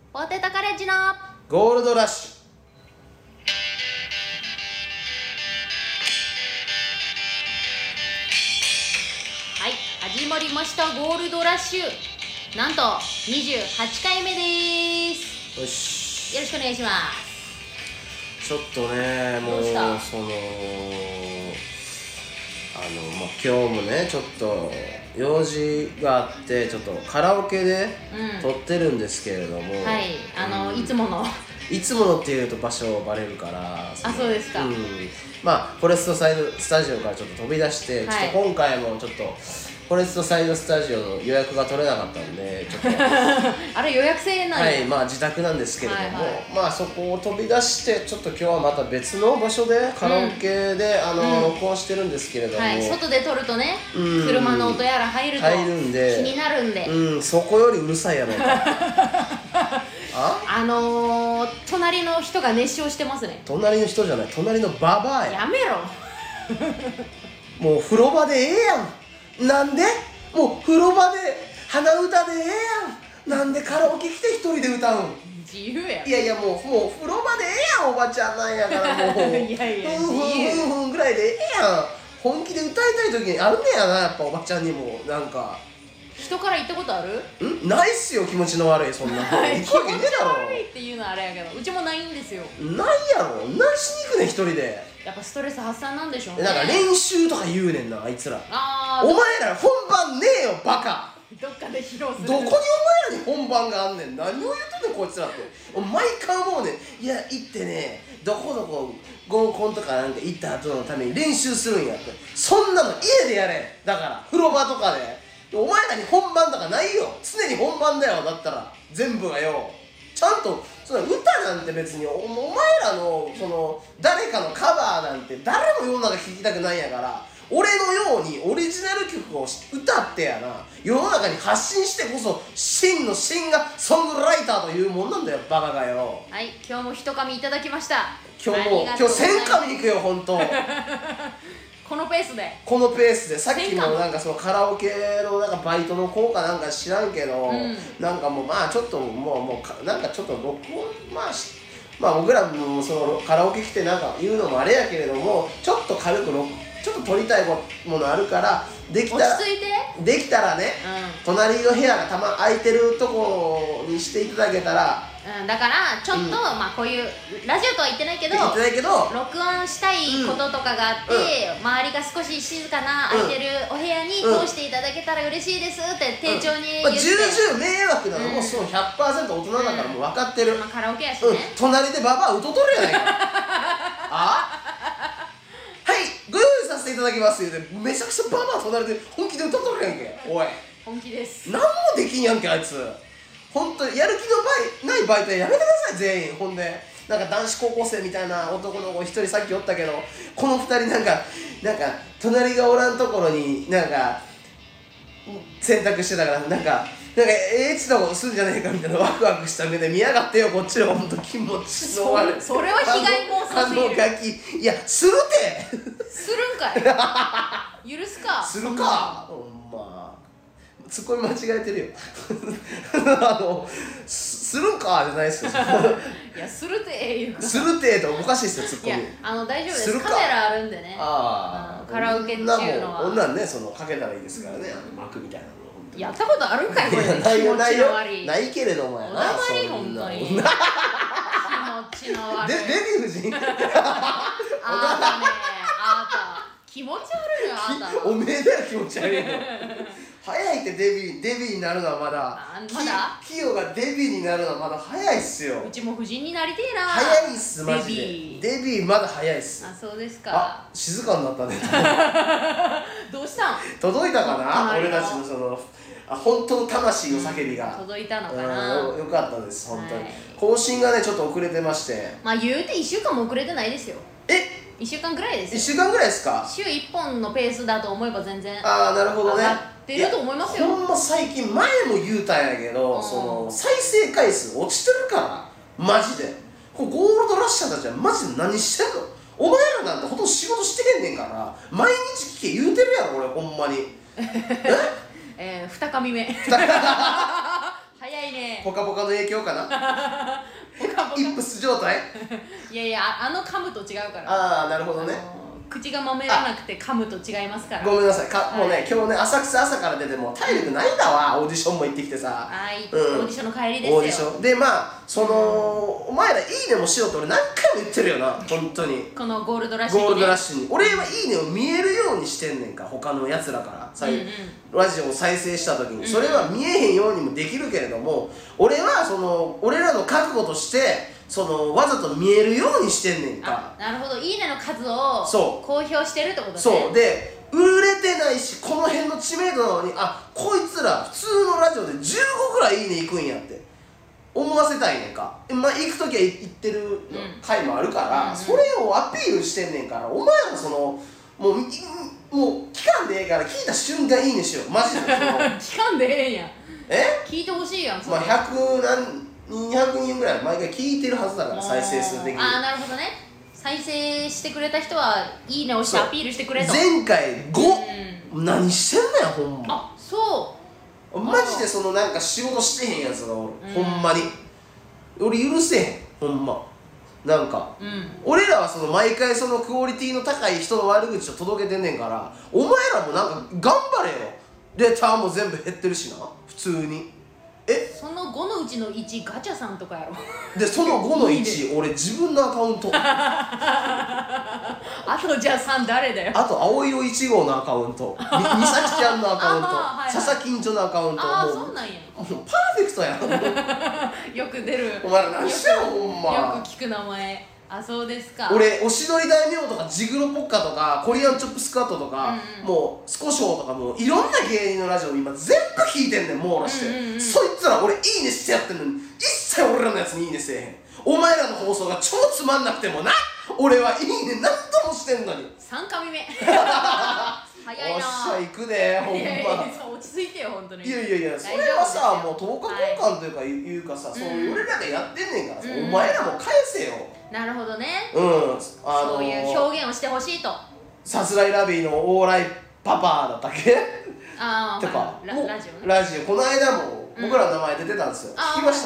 ポテトカレッジのゴールドラッシはい、始まりましたゴールドラッシュ。なんと28回目です。 ュ。よし、 よろしくお願いします。 ちょっとね、もうどうした今日もねちょっと用事があって、ちょっとカラオケで撮ってるんですけれども、 はい、いつものいつものっていうと場所バレるから、 そうですか。 まあフォレストサイドスタジオからちょっと飛び出して、ちょっと今回もちょっとフォレストサイドスタジオの予約が取れなかったんで、ちょっとあれ予約制なんや。 はい、まあ自宅なんですけれども、 はいはい、 まあそこを飛び出して、ちょっと今日はまた別の場所でカラオケで、録音してるんですけれども、 はい、外で撮るとね、車の音やら入るんで気になるんで、 そこよりうるさいやないか隣の人が熱唱してますね。 隣の人じゃない、隣のババアや。 やめろもう風呂場でええやん。なんでもう風呂場で鼻歌でええやん。なんでカラオケ来て一人で歌うん。 自由や。 いやいや、もう風呂場でええやん。おばちゃんなんやからもういやいや、 ふんぐらいでええやん。本気で歌いたい時にあるねやな、やっぱおばちゃんにも。なんか人から言ったことある？ ないっすよ、気持ちの悪い、そんなの行くわけねえだろ。 悪いっていうのはあれやけど、うちもないんですよ。 ないやろ。何しに行くねん一人で。 やっぱストレス発散なんでしょうね。 なんか練習とか言うねんな、あいつら。 お前ら本番ねえよ、バカ。 どっかで披露する。 どこにお前らに本番があんねん。何を言うとんねんこいつらって。毎回思うねん。いや、行ってね、どこどこ合コンとかなんか行った後のために練習するんやって。そんなの家でやれ。だから風呂場とかで。お前らに本番とかないよ。常に本番だよ。だったら全部がよ。ちゃんとその歌なんて別にお前らのその誰かのカバーなんて誰も世の中聴きたくないんやから、俺のようにオリジナル曲を歌ってやな、世の中に発信してこそ真のシンガーソングライターというもんなんだよ、バカがよ。 はい、今日も一紙いただきました。 今日1000紙いくよ、ほんとこのペースでさっきもなんかそのカラオケのなんかバイトの子かなんか知らんけど、なんかもうまあちょっともうなんかちょっと録音まあ僕らもそのカラオケ来てなんか言うのもあれやけれども、ちょっと軽くちょっと撮りたいものあるから、できたらね、隣の部屋が空いてるとこにしていただけたら。 だからちょっと、まあこういうラジオとは言ってないけど録音したいこととかがあって、周りが少し静かな空いてるお部屋に通していただけたら嬉しいですって丁重に言って、 重々迷惑なのもその 100% 大人だからもう分かってる。 カラオケやしね。 隣でババア歌とるやないかはいご用意させていただきます言うて、めちゃくちゃババア隣で本気で歌とるやんけ。おい、 本気です。 何もできんやんけあいつ。本当にやる気のないバイトはやめてください全員。ほんでなんか男子高校生みたいな男の子一人さっきおったけど、この二人なんか隣がおらんところになんか洗濯してたから、なんかエッチなことするんじゃねえかみたいなワクワクした目で見やがってよ、こっちのほんと気持ちの悪い。 それは被害妄想すぎる。 ガキいやするてするんかい許すか。 するか。ほんまツッコミ間違えてるよするんかじゃないっすよいや、するていうかするてっておかしいっすよ、ツッコミ。 いや、大丈夫です。カメラあるんでね。カラオケっていうのはこんなんね、そのかけたらいいですからね、幕みたいなの。 やったことあるんかいこれ。気持ちの悪い。 ないけれどもやな。 お前ほんとに気持ちの悪い。 デヴィ夫人あなたね、あなた気持ち悪いよ、あなた。 おめえだよ気持ち悪いの早いってデビになるのはまだ。キヨがデビになるのはまだ早いっすよ。 うちも夫人になりてえな。 早いっすマジで。デビまだ早いっす。 そうですか。 静かになったねどうしたん？ 届いたかな、俺たちのその本当の魂の叫びが届いたのかな。 よかったです、本当に。更新がねちょっと遅れてまして、 まあ言うて1週間も遅れてないですよ。1週間ぐらいですよ。 1週間ぐらいですか。 週1本のペースだと思えば全然なるほどね、 上がってると思いますよ。 ほんま最近前も言うたんやけど、その再生回数落ちてるからマジで。ゴールドラッシャーたちはマジで何してんの。お前らなんてほとんど仕事してへんねんから毎日聞け言うてるやろ俺ほんまに 2紙目早いね。 ポカポカの影響かなポカポカイップス状態いやいや、噛むと違うから。 ああ、なるほどね。 口がまめらなくて噛むと違いますから。 ごめんなさい、もうね、今日ね、浅草朝から出てもう体力ないんだわ。オーディションも行ってきてさ、 オーディションの帰りですよ。 オーディションで、まあお前らいいねもしようって俺何回も言ってるよな、本当に。 このゴールドラッシュにね。 ゴールドラッシュに俺はいいねを見えるようにしてんねんか、他のやつらから。ラジオを再生した時にそれは見えへんようにもできるけれども、俺は俺らの覚悟としてわざと見えるようにしてんねんか。 なるほど、いいねの数を公表してるってことね。 そうで、売れてないしこの辺の知名度なのに、こいつら普通のラジオで15ぐらいいいねいくんやって思わせたいねんか。行く時は行ってる回もあるから、それをアピールしてんねんから、お前らもう期間でええから聞いた瞬間いいねしよう、マジで。 期間でええんや。 え聞いてほしいやん。 200人ぐらい毎回聞いてるはずだから、再生数的に。 なるほどね。再生してくれた人はいいねをしてアピールしてくれと。 前回5、何してんねんほんま。 そうマジでなんか仕事してへんやつがおる、ほんまに。俺許せへん、ほんま。なんか、俺らは毎回クオリティの高い人の悪口を届けてんねんから、お前らもなんか頑張れよ。レターも全部減ってるしな、普通に。 その5のうちの1ガチャさんとかやろ。 でその5の1俺自分のアカウントあとじゃあ3誰だよ。 あと青色1号のアカウント、みさきちゃんのアカウント、佐々木んちょのアカウント。 そうなんや。 もうパーフェクトやん。 よく出る。 お前ら何してんのほんま。 よく聞く名前。そうですか。 俺おしどり大名とかジグロポッカとかコリアンチョップスカットとか、もうスコショウとか、もういろんな芸人のラジオ今全部聞いてんねん、網羅して。そいつら俺いいねしてやってんのに一切俺らのやつにいいねせえへん。お前らの放送が超つまんなくてもな、俺はいいね何ともしてんのに。 3回目早いな。 おっしゃ行くで、ほんま。 落ち着いてよ、ほんとに。 いやそれはさ、もう10日交換というかさ、そういう俺らがやってんねんからさ、お前らも返せよ。 なるほどね。 そういう表現をしてほしいと。 さすらいラビーのオーライパパだったっけとか、ラジオこの間も僕らの名前出てたんですよ。聞きました？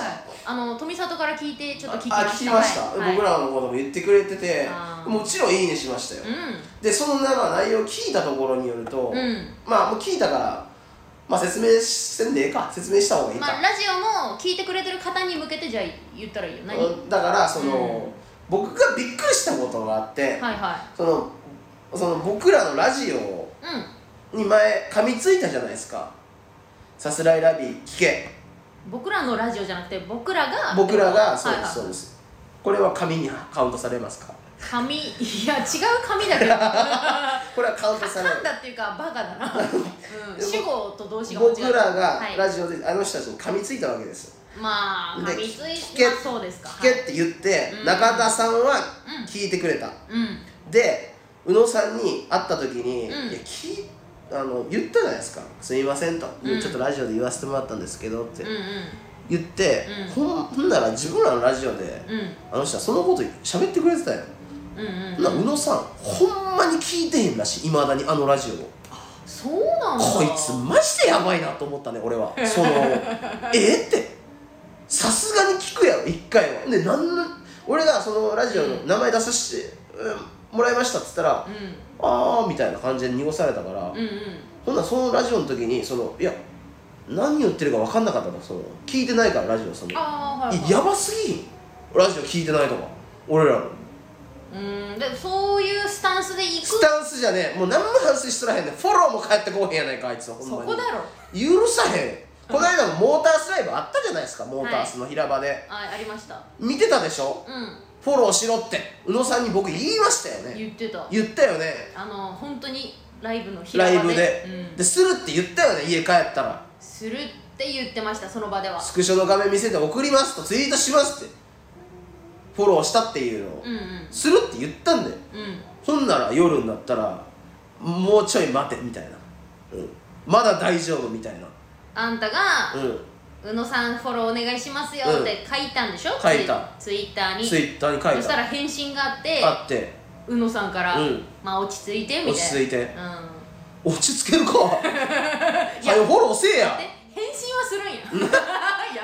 富里から聞いてちょっと聞きました。 聞きました。僕らのことも言ってくれてて、もちろんいいねしましたよ。でその内容を聞いたところによると、まあもう聞いたから説明せんでええか、説明した方がいいか。 ラジオも聞いてくれてる方に向けてじゃあ言ったらいいよ。何？ だから僕がびっくりしたことがあって、僕らのラジオに前噛みついたじゃないですか。さすらいラビー聞け。 僕らのラジオじゃなくて僕らがそうですそうです。これは紙にカウントされますか？ 紙、いや違う紙だけどこれはカウントされる。 噛んだっていうかバカだな主語と動詞が僕らがラジオであの人たちに噛みついたわけです。 噛みついて、そうですか。 聞けって言って中田さんは聞いてくれた。で宇野さんに会った時に言ったじゃないですか。すみませんと、ちょっとラジオで言わせてもらったんですけどって言って、ほんなら自分らのラジオであの人はそのこと喋ってくれてたよ。宇野さんほんまに聞いてへんらしい、いまだにあのラジオを。 そうなんだ。 こいつマジでやばいなと思ったね俺は。ってさすがに聞くやろ一回は。で俺がそのラジオの名前出させてもらいましたっつったら、あーみたいな感じで濁されたから、ほんならそのラジオの時にいや何言ってるか分かんなかったの。聞いてないからラジオやばすぎん、ラジオ聞いてないとか俺らの。 でそういうスタンスでいく。 スタンスじゃねえ、もう何も反省しとらへんねん。フォローも返ってこうへんやないかあいつは。ほんまにそこだろ、 許さへん。この間もモータースライブあったじゃないですか。モータースの平場でありました。 見てたでしょ。フォローしろって宇野さんに僕言いましたよね。言ったよね。 本当にライブの平場で、 ライブでするって言ったよね。家帰ったらするって言ってました。その場ではスクショの画面見せて送りますとツイートしますってフォローしたっていうのをするって言ったんだよ。ほんなら夜になったらもうちょい待てみたいな、まだ大丈夫みたいな。 あんたが宇野さんフォローお願いしますよって書いたんでしょ。 書いた。 ツイッターに書いた。 そしたら返信があって宇野さんから落ち着いてみたいな。 落ち着いて落ち着けるかはよフォローせえや。 返信はするんや優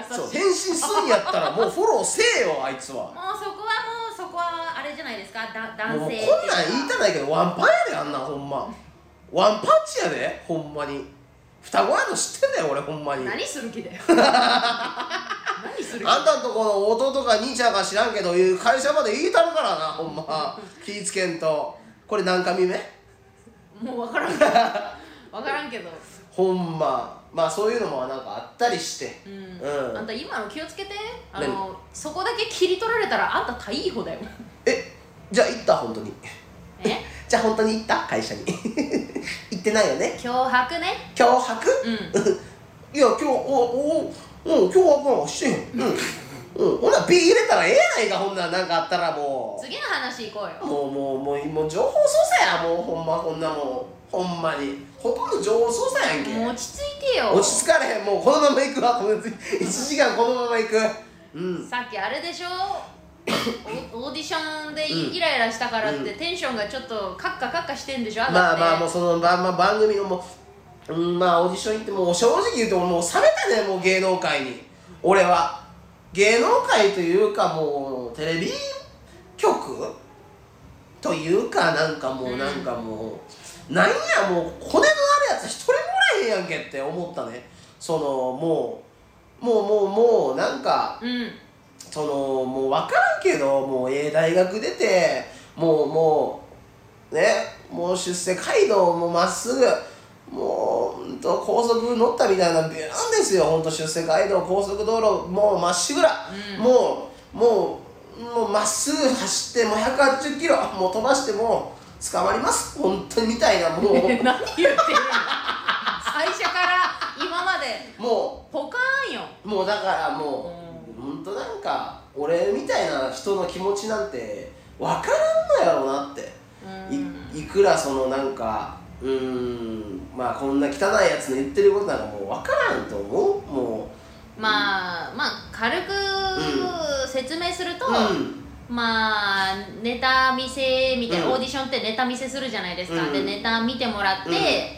そう返信すんやったらもうフォローせえよあいつは。 もうそこはあれじゃないですか、男性っていうもうこんなん言いたないけどワンパンやであんなんほんまワンパンチやでほんまに。双子やの知ってんだよ俺ほんまに。 何する気だよ何する気あんたんとこの弟か兄ちゃんか知らんけど会社まで言いたるからなほんま気ぃつけんと。これ何回目もう分からんけど分からんけどほんままあそういうのもなんかあったりして、 うん、あんた今の気をつけて、そこだけ切り取られたらあんた大いい方だよ。 じゃあ行った本当にじゃあ本当に行った会社に行ってないよね。 脅迫ね。 脅迫いや脅迫はしてへん。ほな B 入れたらええやないか。ほんならなんかあったらもう次の話行こうよ。 もう情報操作やもうほんまこんなもんほんまにほとんど情報操作やんけ。 もう落ち着いてよ。 落ち着かれへん。もうこのまま行くわ。1時間このまま行く。 さっきあれでしょオーディションでイライラしたからってテンションがちょっとカッカしてんでしょ。 まあもうその番組のもうまあオーディション行ってもう正直言うともう冷めたねもう芸能界に。俺は芸能界というかもうテレビ局というかなんかもうなんやもう骨のあるやつ一人もおらへんやんけって思ったね。そのもうなんか、そのもう分からんけどもう大学出てもう出世街道もまっすぐもう高速乗ったみたいなビューンですよ。ほんと出世街道高速道路もうまっしぐら、もうまっすぐ走ってもう180キロもう飛ばしてもう捕まります本当にみたいなもう何言ってるの最初から今までもうポカーンよ。 もうだからもうほんとなんか俺みたいな人の気持ちなんて分からんのやろうなって。いくらそのなんかまあこんな汚いやつの言ってることなんかもう分からんと思う。もうまあ軽く説明すると、まあネタ見せみたいな、オーディションってネタ見せするじゃないですか。でネタ見てもらって、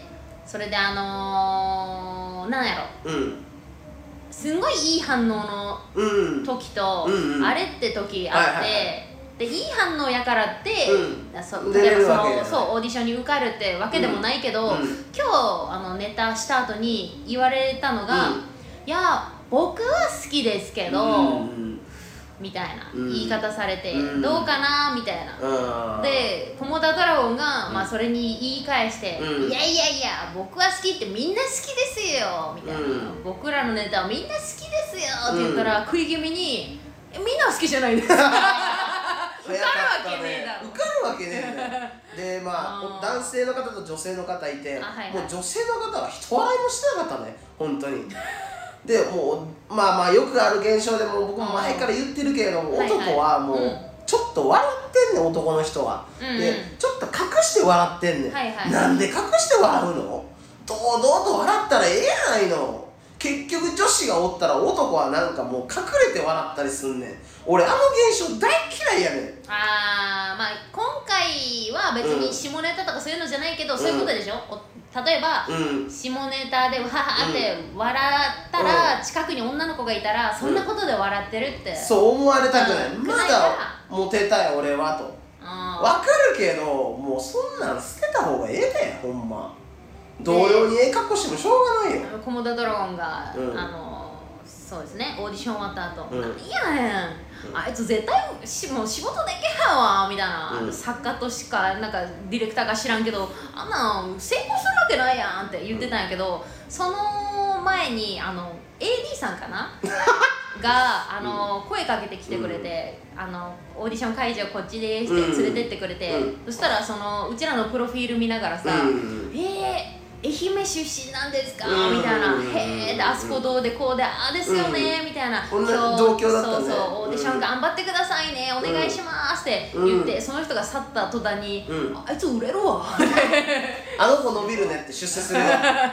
それでなんやろ、すんごいいい反応の時と、あれって時あって、でいい反応やからって、例えばそうオーディションに受かるってわけでもないけど、今日ネタした後に言われたのが、いや僕は好きですけど、みたいな言い方されて、どうかなみたいな。でコモダドラゴンが、まあ、それに言い返して、いや僕は好きってみんな好きですよみたいな、僕らのネタはみんな好きですよって言ったら、食い気味にみんなは好きじゃないです受かるわけねえだろ。 受かるわけねえんだよ。でまあ男性の方と女性の方いて、もう女性の方は人笑いもしてなかったね本当に。でもうまあよくある現象でも僕も前から言ってるけれども、男はもうちょっと笑ってんねん男の人は。でちょっと隠して笑ってんねん。なんで隠して笑うの？堂々と笑ったらええやないの。結局女子がおったら男はなんかもう隠れて笑ったりすんねん。俺あの現象大嫌いやねん。 まあ今回は別に下ネタとかそういうのじゃないけど、そういうことでしょ。例えば、下ネタでわーって笑ったら、近くに女の子がいたらそんなことで笑ってるって、 そう思われたくない。まだモテたい俺はと。わかるけどもうそんなん捨てた方がええでほんま。同僚に格好してもしょうがないよ。 コモダドラゴンが、そうですね、オーディション終わった後、何やねんあいつ絶対もう仕事できへんわみたいな、作家としかなんかディレクターが知らんけどあんなん成功するわけないやんって言ってたんやけど、その前にAD さんかなが声かけてきてくれて、オーディション会場こっちですって連れてってくれて、そしたらうちらのプロフィール見ながらさ、愛媛出身なんですかみたいな、へえであそこどうでこうでああですよねみたいな、 こんな状況だったね。 オーディション頑張ってくださいねお願いしますって言って、その人が去った途端に、あいつ売れるわあの子伸びるねって出世するよ。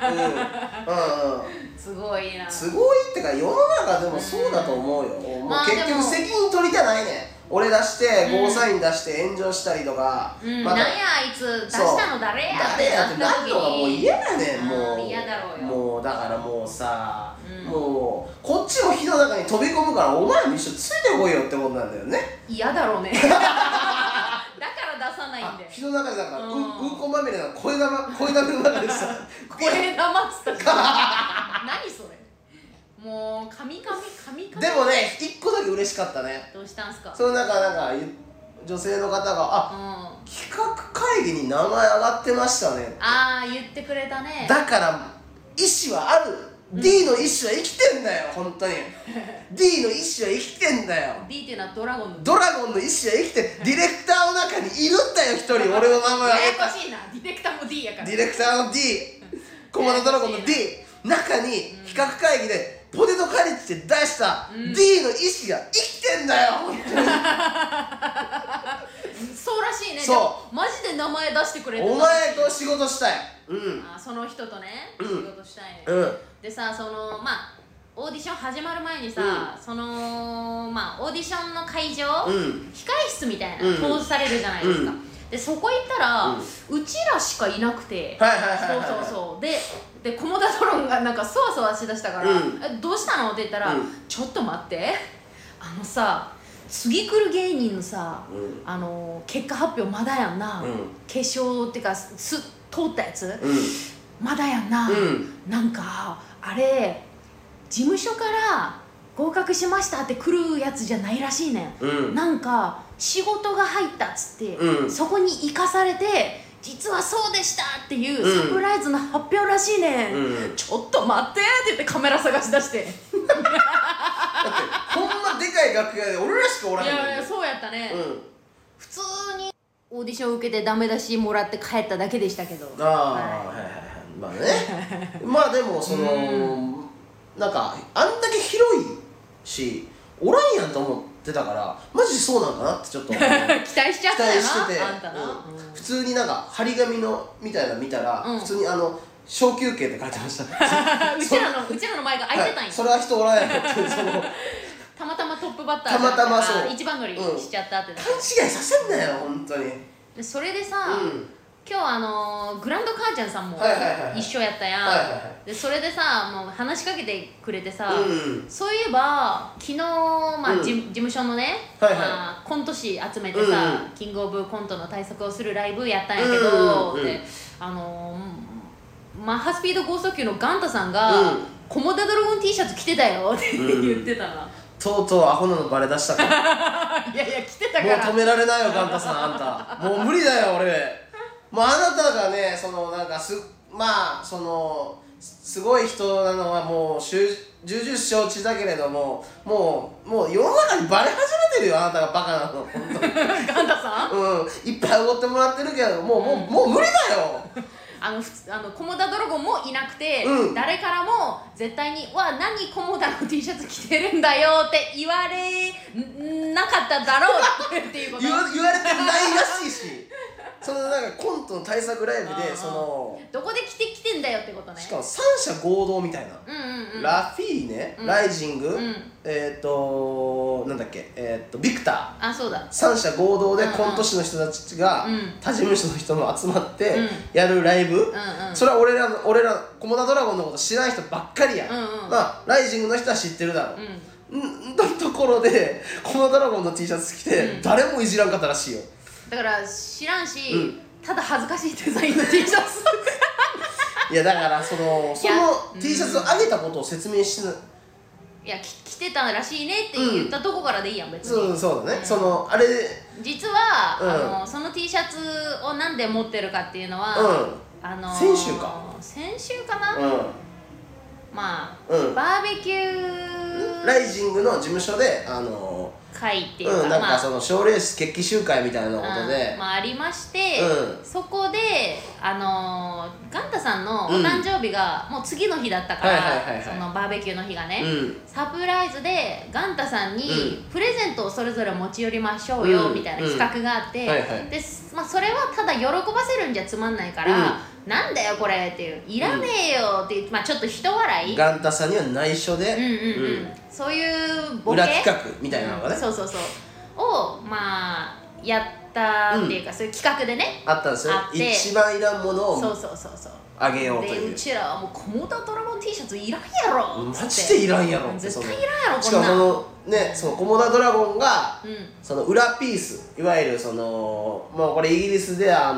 すごいな。 すごいってか世の中でもそうだと思うよ。もう結局責任取りたないね俺出してゴーサイン出して炎上したりとか、 なんやあいつ出したの誰やってなるのがもう嫌やねん。もう嫌だろうよ。 もうだからもうさ、もうこっちも火の中に飛び込むからお前も一緒についてこいよってことなんだよね。 嫌だろうね。だから出さないんで。 火の中でなんかうんこまみれな声玉の中でさ声玉っつった。何それ。もう神々。 でもね、一個だけ嬉しかったね。 どうしたんすか。 そのなんか女性の方が企画会議に名前上がってましたね。 言ってくれたね。 だから意思はある。D の意思は生きてんだよ、本当に。D の意思は生きてんだよ。 D っていうのはドラゴンの意思は生きて、ディレクターの中にいるんだよ、一人。俺の名前を挙げた。 ややこしいな。ディレクターも D やから。 ディレクターの D、 コモダドラゴンの D 中に企画会議でポテトカリッジで出した D の意思が生きてんだよ、本当に。 そうらしいね。 そうマジで名前出してくれて。 お前と仕事したい。 その人とね、仕事したいね。でさ、オーディション始まる前にさ、オーディションの会場、控室みたいな通されるじゃないですか。でそこ行ったら、うちらしかいなくて、そうでコモダドロンがなんかそわそわしだしたから「どうしたの?」って言ったら「ちょっと待って、さ次来る芸人のさ、結果発表まだやんな、決勝ってか通ったやつ、まだやんな、なんかあれ事務所から合格しましたって来るやつじゃないらしいねん、なんか仕事が入ったっつって、そこに生かされて実はそうでしたっていうサプライズの発表らしいねん、ちょっと待ってって言ってカメラ探し出してだってほんまでかい楽屋で俺らしかおらへん。 いやそうやったね、普通にオーディション受けてダメ出しもらって帰っただけでしたけど。 まあね。まあでもなんかあんだけ広いしおらんやんと思ってたからマジでそうなんかなってちょっと期待しちゃったよな。 期待してて、 あんたな、 普通になんか張り紙のみたいなの見たら、普通に小休憩って書いてました。 うちらの前が空いてたんや、 それは人おらんやろってたまたまトップバッターたまたまそう一番乗りしちゃったって、 勘違いさせんなよ本当に。 でそれでさ、今日グランド母ちゃんさんも一緒やったやん。でそれでさもう話しかけてくれてさ、そういえば昨日事務所のねコント師集めてさ、キングオブコントの対策をするライブやったんやけど、でマッハスピード剛速球のガンタさんがコモダドラゴン T シャツ着てたよって言ってたな。 とうとうアホなのバレだしたか。 いや着てたからもう止められないよガンタさん、あんたもう無理だよ俺。もうあなたがねなんかすごい人なのはもう重々承知だけれども、もう世の中にバレ始めてるよ、あなたがバカなの本当に。 ガンタさんいっぱいおごってもらってるけどもう無理だよ。 コモダドラゴンもいなくて、誰からも絶対に「わ何コモダの T シャツ着てるんだよ」って言われなかっただろうっていうこと言われてないらしいし。なんかコントの対策ライブでどこで着てんだよってことね。 しかも三者合同みたいな、ラフィーネ、ライジング、なんだっけビクター、 そうだ、 三者合同でコント師の人たちが他事務所の人も集まってやるライブ、それは俺らコモダドラゴンのこと知らない人ばっかりやん。ライジングの人は知ってるだろう、のところでコモダドラゴンの T シャツ着て誰もいじらんかったらしいよ。 だから知らんし、ただ恥ずかしいデザインの T シャツいやだからその T シャツを上げたことを説明しない。 いや着てたらしいねって言ったとこからでいいやん別に。 そうだね、あれ実は、その T シャツをなんで持ってるかっていうのは、先週かな、バーベキューライジングの事務所で会っていうか、 なんか賞レース決起集会みたいなことでありまして、そこでガンタさんのお誕生日がもう次の日だったから、そのバーベキューの日がね、サプライズでガンタさんにプレゼントをそれぞれ持ち寄りましょうよみたいな企画があって、でそれはただ喜ばせるんじゃつまんないから、なんだよこれっていう、いらねえよっていう、ちょっと人笑い、 ガンタさんには内緒でそういうボケ裏企画みたいなのがね、 をまあやったっていうか、そういう企画でねあったんですよ。 あって一番いらんものをそうあげようという。 でうちらはもうコモダドラゴン T シャツいらんやろマジでいらんやろって。 絶対いらんやろしかもそのね、そのコモダドラゴンが、 うん、 その裏ピース、いわゆるそのもうこれイギリスでは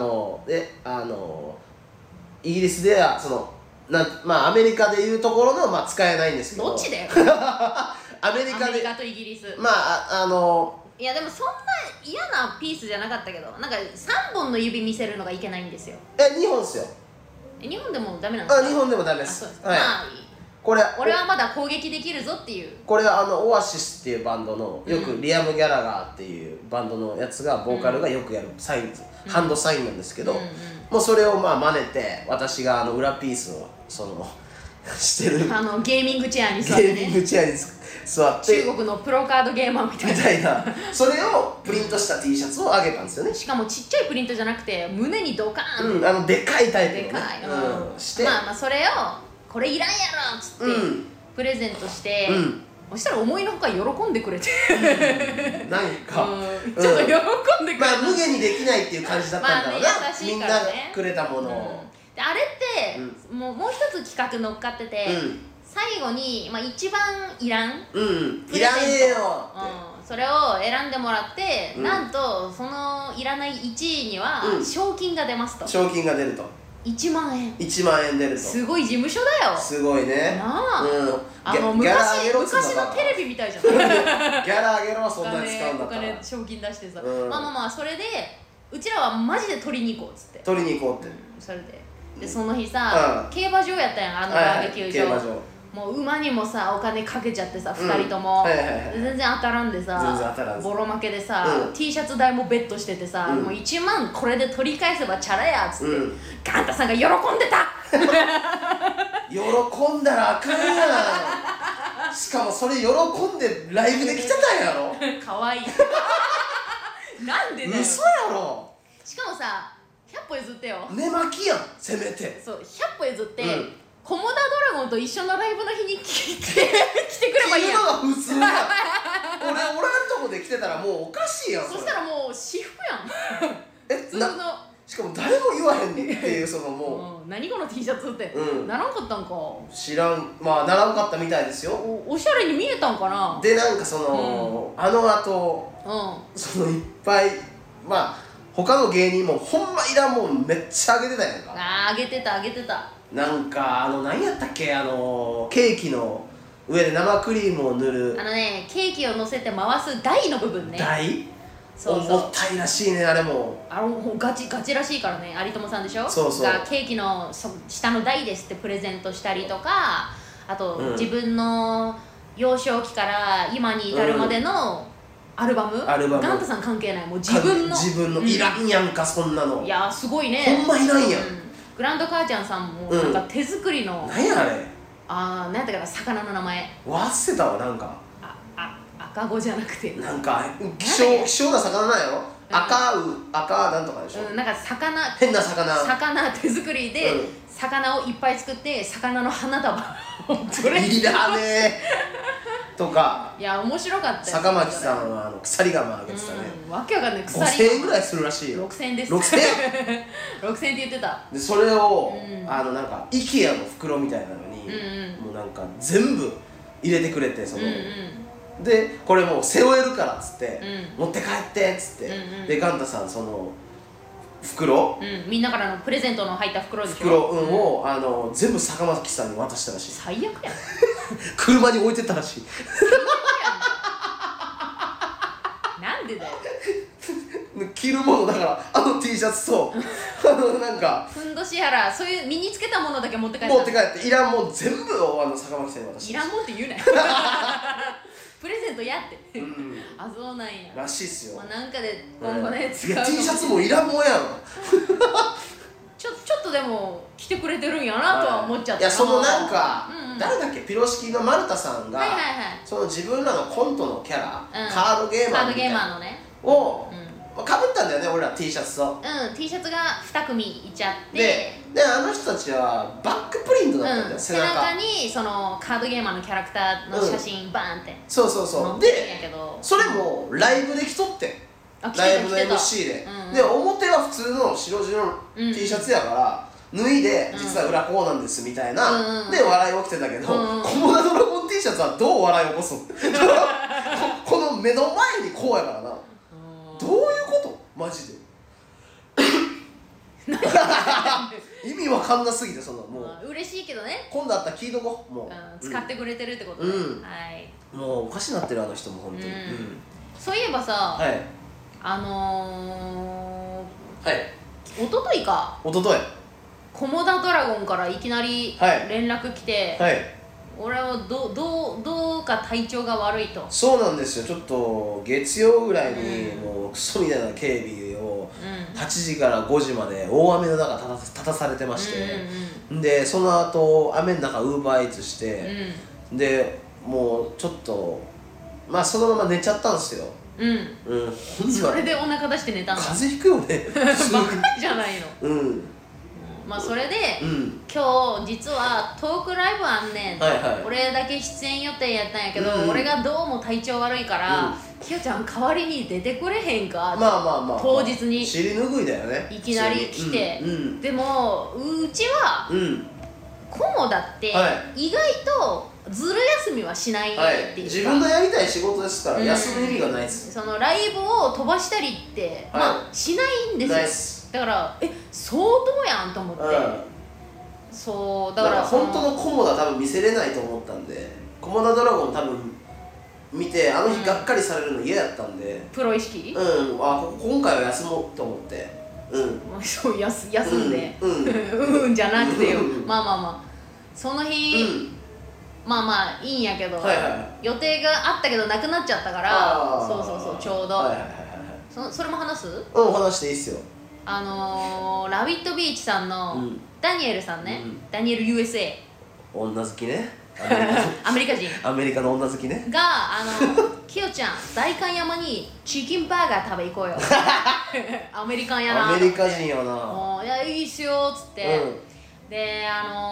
イギリスではそのまあアメリカでいうところの、まあ、使えないんですけど、 どっちだよアメリカでとイギリス、 まあいやでもそんな嫌なピースじゃなかったけど、なんか3本の指見せるのがいけないんですよ。 2本っすよ。 日本でもダメなんですか？ 日本でもダメです。 そうですか、 はい、 まあ俺はまだ攻撃できるぞっていう。 これはオアシスっていうバンドのよくリアム・ギャラガーっていうバンドのやつがボーカルがよくやるサイン、ハンドサインなんですけど、もうそれをまあ真似て、私が裏ピースをそのしてるゲーミングチェアに座ってね、 ゲーミングチェアに座って中国のプロカードゲーマーみたいなそれをプリントした T シャツをあげたんですよね。 しかもちっちゃいプリントじゃなくて胸にドカーンって、 でかいタイプのね、 でかい、 してまあそれをこれいらんやろっつってプレゼントして、そしたら思いのほか喜んでくれてなんかちょっと喜んでくれて、 まあ無限にできないっていう感じだったんだろうな、みんなくれたものを。 であれってもう一つ企画乗っかってて、最後に、まあ、一番いらんプレゼント、 いらねえよって、 それを選んでもらって、なんとそのいらない1位には賞金が出ますと。 賞金が出ると。 1万円。 1万円出ると。 すごい事務所だよ。 すごいね。 なあ、昔のテレビみたいじゃん。ギャラあげろ、そんなに使うんだったら。 お金賞金出してさ、まあそれでうちらはマジで取りに行こうっつって。 取りに行こうって。 それでその日さ、競馬場やったやん、バーベキュー場。もう馬にもさお金かけちゃってさ、2人とも全然当たらんでさ、ボロ負けでさ、T シャツ代もベットしててさ、もう1万これで取り返せばチャラやっつって、ガンタさんが喜んでた喜んだらあかんやん。しかもそれ喜んでライブで来てたんやろかわいいなんでだよ、 嘘やろ。 しかもさ100歩譲ってよ、 寝巻きやん、せめて。 そう100歩譲って、コモダドラゴンと一緒のライブの日に来てくればいいやん。 着るのが普通やん。俺おらんとこで来てたらもうおかしいやん。 そしたらもう私服やん普通の。 しかも誰も言わへんねんっていう、そのもう何この T シャツって、ならんかったんか。 知らん、まあならんかったみたいですよ。 おしゃれに見えたんかな。 でなんかそのあのあとそのいっぱい、まあ他の芸人もほんまいらんもんめっちゃあげてたやんか。 あげてた。なんか何やったっけ、ケーキの上で生クリームを塗るケーキを乗せて回す台の部分ね。 台？重たいらしいね、あれも。 ガチらしいからね。有友さんでしょ。 そうがケーキの下の台ですってプレゼントしたりとか、あと、自分の幼少期から今に至るまでのアルバム、ガンタさん関係ない、もう自分のいらんやんか、そんなの。 いやすごいね、 ほんまいらんやん。 グランド母ちゃんさんもなんか手作りの、 何やあれ、 何やったかな、魚の名前忘れたわ。なんか赤子じゃなくてなんか希少な魚なんやろ。赤なんとかでしょ。 なんか変な魚手作りで、魚をいっぱい作って魚の花束をいらねえとか。 いや面白かったよ。 坂巻さんは鎖釜あげてたね。 わけわかんない。 5000円ぐらいするらしいよ。 6000円です。 6000円 6000円って言ってた。 でそれをなんか IKEA の袋みたいなのにもうなんか全部入れてくれて、そのでこれもう背負えるからっつって持って帰ってっつって、でガンタさんその袋、 みんなからのプレゼントの入った袋でしょ。 袋を全部坂巻さんに渡したらしい。 最悪やん車に置いてったらしい。 なんでだよ。 着るものだからT シャツとなんかふんどしやらそういう身につけたものだけ持って帰っていらんもん全部を坂巻さんに渡して。 いらんもんって言うなよプレゼントやって、あ、そうなんやらしいっすよ。 なんかで今後ね使う。いや T シャツもいらんもんやろちょっとでも着てくれてるんやなとは思っちゃった。 いやそのなんか誰だっけ、ピロシキのマルタさんがその自分らのコントのキャラ、カードゲーマーみたいなをかぶったんだよね、俺ら T シャツと。 T シャツが2組いちゃって、 であの人たちはバックプリントだったんだよ、背中にそのカードゲーマーのキャラクターの写真バーンってそうで、それもライブで着とってライブの MC で、で表は普通の白地の T シャツやから、脱いで実は裏こうなんですみたいな、で笑い起きてたけど、コモダドラゴン T シャツはどう笑い起こすのこの目の前にこうやからな、どういうことマジで意味わかんなすぎて、そのもう嬉しいけどね、 今度あったら聞いとこう、もう使ってくれてるってことで、はい、 もうおかしになってる、あの人も本当に。 そういえばさ、はい、おとといか、 おとといコモダドラゴンからいきなり連絡来て、はい、俺はどうか体調が悪いと。 そうなんですよ、ちょっと月曜ぐらいにもうクソみたいな警備を8時から5時まで大雨の中立たされてまして、でその後雨の中ウーバーイーツして、でもうちょっとまあそのまま寝ちゃったんですよ。 それでお腹出して寝たんだ。 風邪ひくよねバカじゃないの。まあそれで、今日実はトークライブあんねん、俺だけ出演予定やったんやけど、俺がどうも体調悪いから、きよちゃん代わりに出てくれへんか、当日に尻拭いだよね、 いきなり来て、でもうちはコモダって意外とずる休みはしないっていうか、 自分のやりたい仕事ですから休む意味がないです。 そのライブを飛ばしたりってまあしないんですよ。だから相当やんと思って、そうだから本当のコモダ多分見せれないと思ったんで、コモダドラゴン多分見てあの日がっかりされるの嫌やったんで、 プロ意識、 今回は休もうと思って、 そう休んでじゃなくてよ、まあその日まあいいんやけど、予定があったけどなくなっちゃったから、そうちょうどそれも話す？ 話していいっすよ。 ラビットビーチさんのダニエルさんね、ダニエル USA 女好きね、 アメリカ人、 アメリカの女好きねがきよちゃん代官山にチキンバーガー食べ行こうよアメリカンやな、 アメリカ人やな、 いやいいっすよっつって、で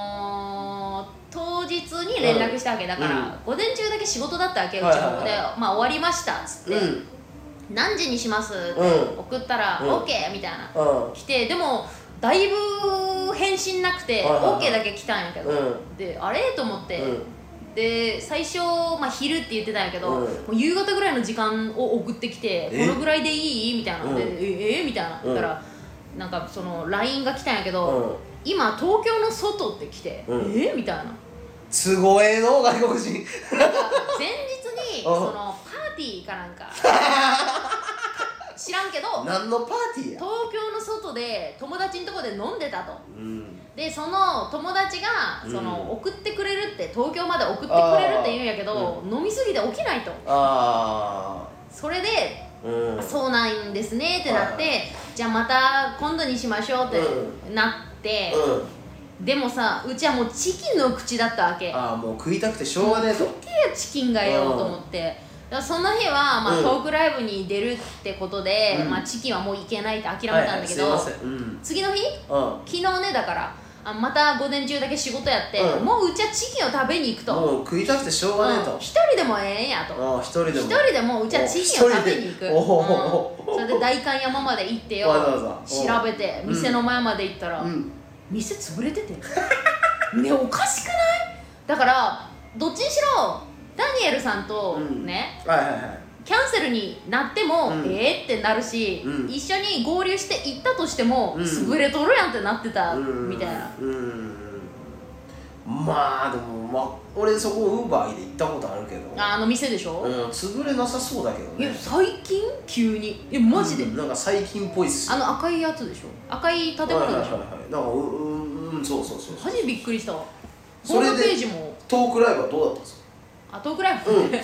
当日に連絡したわけだから、午前中だけ仕事だったわけ、うちの方で、まあ終わりましたっつって、何時にしますって送ったら OK みたいな来て、でもだいぶ返信なくて OK だけ来たんやけど、であれと思って、で最初昼って言ってたんやけど、もう夕方ぐらいの時間を送ってきて、このぐらいでいいみたいなで、みたいな言ったら、なんかその LINE が来たんやけど、今東京の外って来て、みたいな、 都合ええの外国人なんか前日にそのパーティーかなんか知らんけど、 何のパーティーや、 東京の外で友達のとこで飲んでたと、でその友達がその送ってくれるって、東京まで送ってくれるって言うんやけど、飲みすぎて起きないと、それでそうなんですねってなって、じゃあまた今度にしましょうってなって、でもさ、うちはもうチキンの口だったわけ。 もう食いたくてしょうがねえと、 食ってよチキンがよと思って、だからその日はトークライブに出るってことで、チキンはもういけないって諦めたんだけど、次の日、昨日ね、だからまた午前中だけ仕事やって、もううちはチキンを食べに行くと、 もう食いたくてしょうがねえと、 一人でもええんやと、一人でもうちはチキンを食べに行く、それで代官山まで行ってよ、調べて店の前まで行ったら、店潰れててね、おかしくない？だからどっちにしろダニエルさんとね、キャンセルになってもってなるし、一緒に合流して行ったとしても潰れとるやんってなってたみたいな。 まあでも俺そこウーバーで行ったことあるけど、 あの店でしょ、 潰れなさそうだけどね。 いや最近急に、マジでなんか最近っぽいっすよ。 赤いやつでしょ、赤い建物でしょ、なんかそうマジびっくりしたわ。ホームページも。 トークライブはどうだったんですか？ トークライブいいよいいん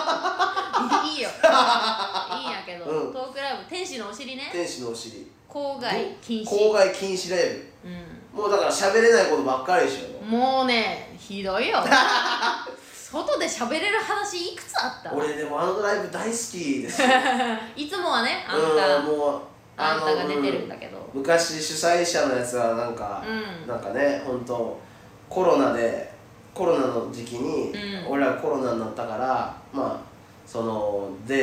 やけど、トークライブ天使のお尻ね、 天使のお尻、 郊外禁止ライブ、もうだから喋れないことばっかりでしょ。もうね、ひどいよ外で喋れる話いくつあった？ 俺でもライブ大好きですいつもはね、あんたが出てるんだけど、 昔主催者のやつはなんかね、本当コロナの時期に、俺らコロナになったから、そので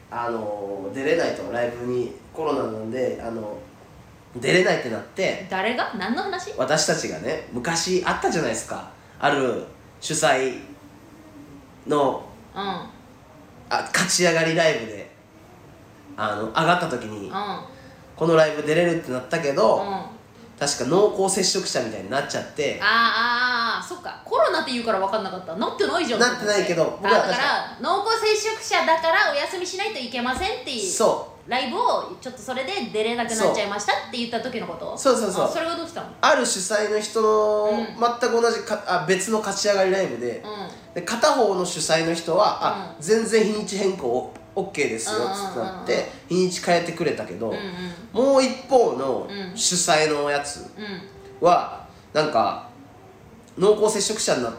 出れないと、ライブにコロナなんで出れないってなって。 誰が？何の話？ 私たちがね、昔あったじゃないですか、ある主催の、勝ち上がりライブで上がった時に、このライブ出れるってなったけど、確か濃厚接触者みたいになっちゃって。 そっか、コロナって言うから分かんなかった。なってないじゃん。 なってないけど、 僕はだから濃厚接触者だからお休みしないといけませんっていう、ライブをちょっとそれで出れなくなっちゃいましたって言った時のこと。 そうそれはどうしたの？ ある主催の人の全く同じ別の勝ち上がりライブで、片方の主催の人は全然日にち変更OK ですよっつってなって日にち変えてくれたけど、もう一方の主催のやつはなんか濃厚接触者になって、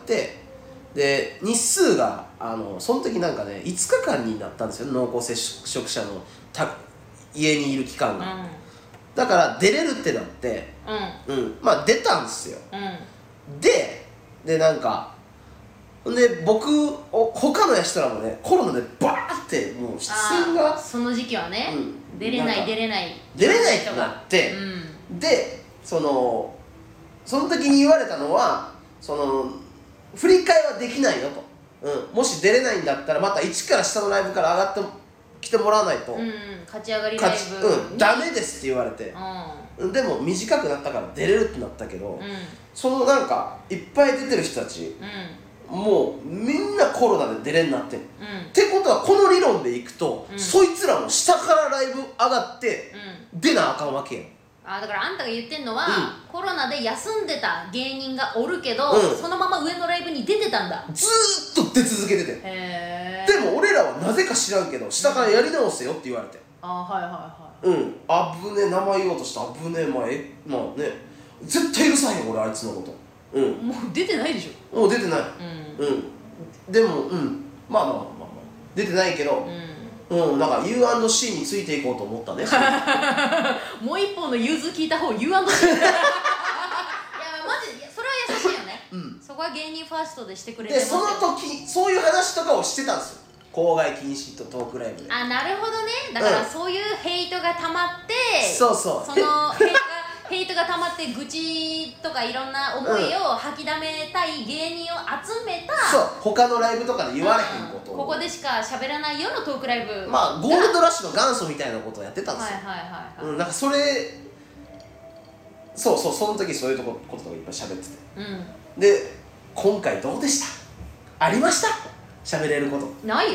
で日数がその時なんかね5日間になったんですよ、濃厚接触者の家にいる期間が、だから出れるってなって、まあ出たんですよ、でなんかで僕他の人らもねコロナでバーってもう出演がその時期はね、出れないってなって、でその時に言われたのは振り替えはできないよと、もし出れないんだったらまた1から下のライブから上がって来てもらわないと、 勝ち上がりライブダメですって言われて、でも短くなったから出れるってなったけど、なんかいっぱい出てる人たち、もうみんなコロナで出れんなって、ってことはこの理論でいくと、そいつらも下からライブ上がって、出なあかんわけやん。 だからあんたが言ってんのは、コロナで休んでた芸人がおるけど、そのまま上のライブに出てたんだ。 ずーっと出続けてて、でも俺らはなぜか知らんけど下からやり直せよって言われて、危ねえ、名前言おうとした危ねえ、まあね、絶対許さへん俺あいつのこと。 もう出てないでしょ。 もう出てない。でもまあ出てないけど、なんか U&C についていこうと思ったね。 もう一本の融通聞いた方 U&C いやマジそれは優しいよね、そこは芸人ファーストでしてくれてますよ。 でその時そういう話とかをしてたんですよ、公害禁止とトークライブで。 なるほどね。だからそういうヘイトがたまって、 そのヘイトがたまって愚痴とかいろんな思いを吐きだめたい芸人を集めた、 他のライブとかで言われへんことを、 ここでしか喋らないようなトークライブ、 ゴールドラッシュの元祖みたいなことをやってたんですよ。なんかそれその時そういうこととかいっぱい喋ってて、で今回どうでした？ありました？喋れることないよ。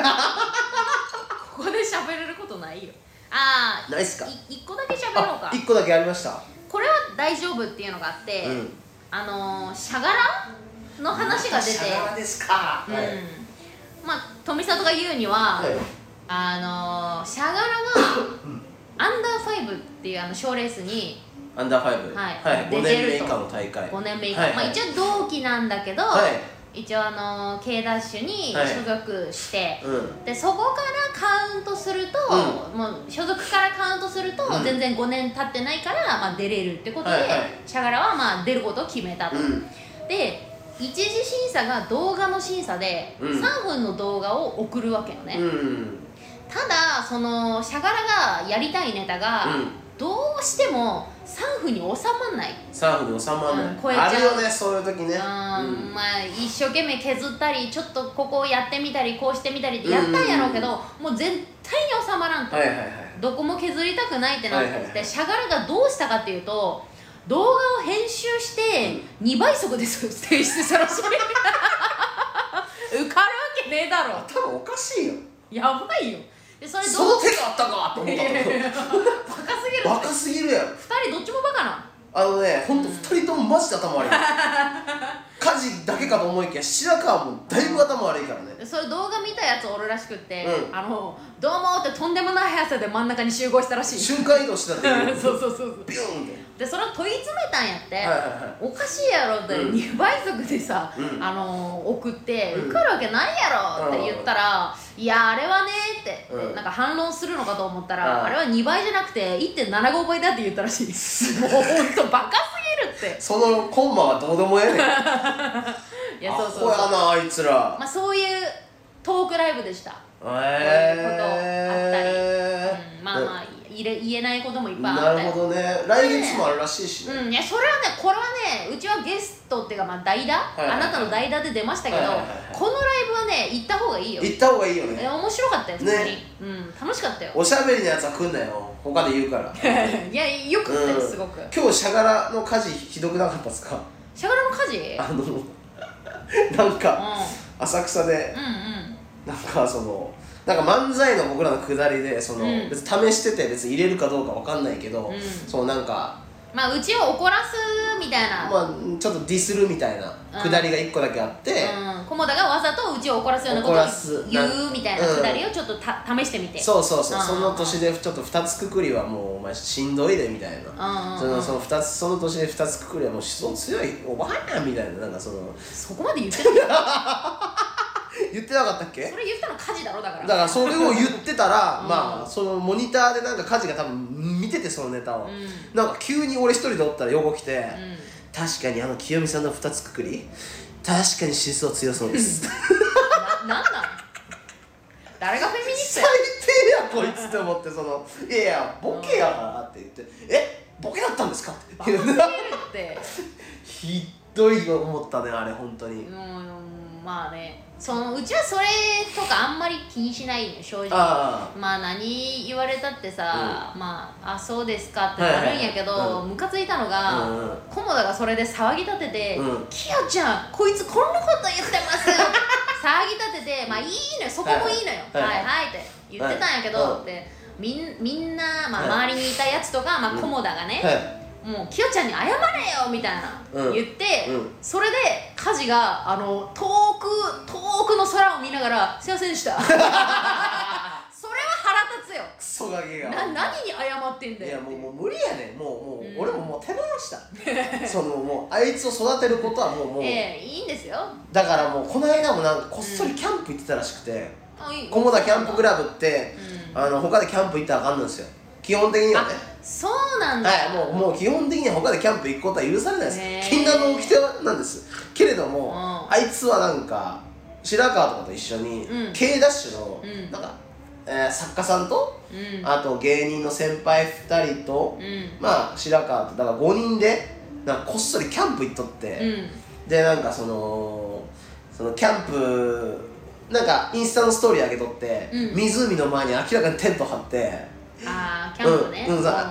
ここで喋れることないよ。 ないっすか ？1個だけ喋ろうか。 1個だけありました。 これは大丈夫っていうのがあって、しゃがらの話が出て、 しゃがらですか。 まあ富里が言うには、しゃがらがアンダー5っていう賞レースにアンダー5、5年目以下の大会、 5年目以下、一応同期なんだけど、一応Kダッシュに所属して、でそこからカウントすると、もう所属からカウントすると、全然5年経ってないから、出れるってことで、しゃがらは出ることを決めたと。で一次審査が動画の審査で、3分の動画を送るわけよね。ただそのしゃがらがやりたいネタが、どうしても3分に収まんない。 3分に収まんない、超えちゃう。あるよね、そういう時ね。 一生懸命削ったり、ちょっとここをやってみたりこうしてみたりってやったんやろうけど、もう絶対に収まらんと、どこも削りたくないってなってて、しゃがらがどうしたかっていうと、動画を編集して2倍速で提出したらしい。受かるわけねえだろ。 頭おかしいよ。 やばいよ。でその手があったかと思ったけど、バカすぎるやろ。 2人どっちもバカな。 ほんと2人ともマジで頭悪い。家事だけかと思いきや白川もだいぶ頭悪いからね。 それ動画見たやつおるらしくって、どうもってとんでもない速さで真ん中に集合したらしい。 瞬間移動してたっていう。 そうビューンって。 でそれを問い詰めたんやって、おかしいやろって、2倍速でさ、送って受かるわけないやろって言ったら、いやあれはねってなんか反論するのかと思ったら、あれは2倍じゃなくて 1.75 倍だって言ったらしい。もうほんとバカすぎるって。 そのコンマはどうでもええねん。いやそうやなあいつら。 そういうトークライブでした。 ことあったり、まあまあ言えないこともいっぱいあったよ。 なるほどね。来月もあるらしいしね。 いやそれはね、これはね、うちはゲストっていうか、まあ代打、あなたの代打で出ましたけど、このライブはね行った方がいいよ。 行った方がいいよね。 面白かったよ普通に、楽しかったよ。 おしゃべりのやつは来んなよ、他で言うから。 いやよくったよ、すごく。 今日シャガラの火事ひどくなかったですか？ シャガラの火事？ なんか浅草でなんかなんか漫才の僕らのくだりで別に試してて別に入れるかどうかわかんないけど、なんかまあうちを怒らすみたいな、 まあちょっとディスるみたいなくだりが1個だけあって、 菰田がわざとうちを怒らすようなことを言うみたいなくだりをちょっと試してみて、 そうその年でちょっと2つくくりはもうお前しんどいでみたいな、その年で2つくくりはもう思想強いおばあやんみたいな、なんかそこまで言ってた言ってなかったっけ？ それ言ったの火事だろ。だからそれを言ってたらまあそのモニターでなんか火事が多分見てて、そのネタを、なんか急に俺一人でおったら横来て、確かに清美さんの2つくくり確かに思想強そうですなんなん誰がフェミニストや。 最低やこいつって思っていやいやボケやからって言ってボケだったんですかってバカすぎるってひどい思ったねあれ本当に。 まあね、うちはそれとかあんまり気にしないの正直。まあ何言われたってさ、まあそうですかってなるんやけど、ムカついたのが菰田がそれで騒ぎ立てて「きよちゃんこいつこんなこと言ってますよ」って騒ぎ立てて、まあいいのよ、そこもいいのよ、はいはいって言ってたんやけど、ってみんな、まあ、周りにいたやつとか、まあ、菰田がね、もうきよちゃんに謝れよみたいな言って、それでカジが遠くの空を見ながら「すいませんでした」それは腹立つよ。 クソガキが何に謝ってんだよ。 いやもう無理やね。もう俺ももう手放したもうあいつを育てることはもういいんですよ。だからもうこの間もなんかこっそりキャンプ行ってたらしくて、菰田キャンプクラブって他でキャンプ行ったらあかんのですよ基本的にはね。 そうなんだ。 はい、もう基本的には他でキャンプ行くことは許されないです。禁断の掟なんですけれども、あいつはなんか白川とかと一緒に K ダッシュのなんか作家さんとあと芸人の先輩2人とまあ白川とだから5人でなんかこっそりキャンプ行っとって、でなんかそのキャンプなんかインスタのストーリー上げとって、湖の前に明らかにテント張って。 キャンプね。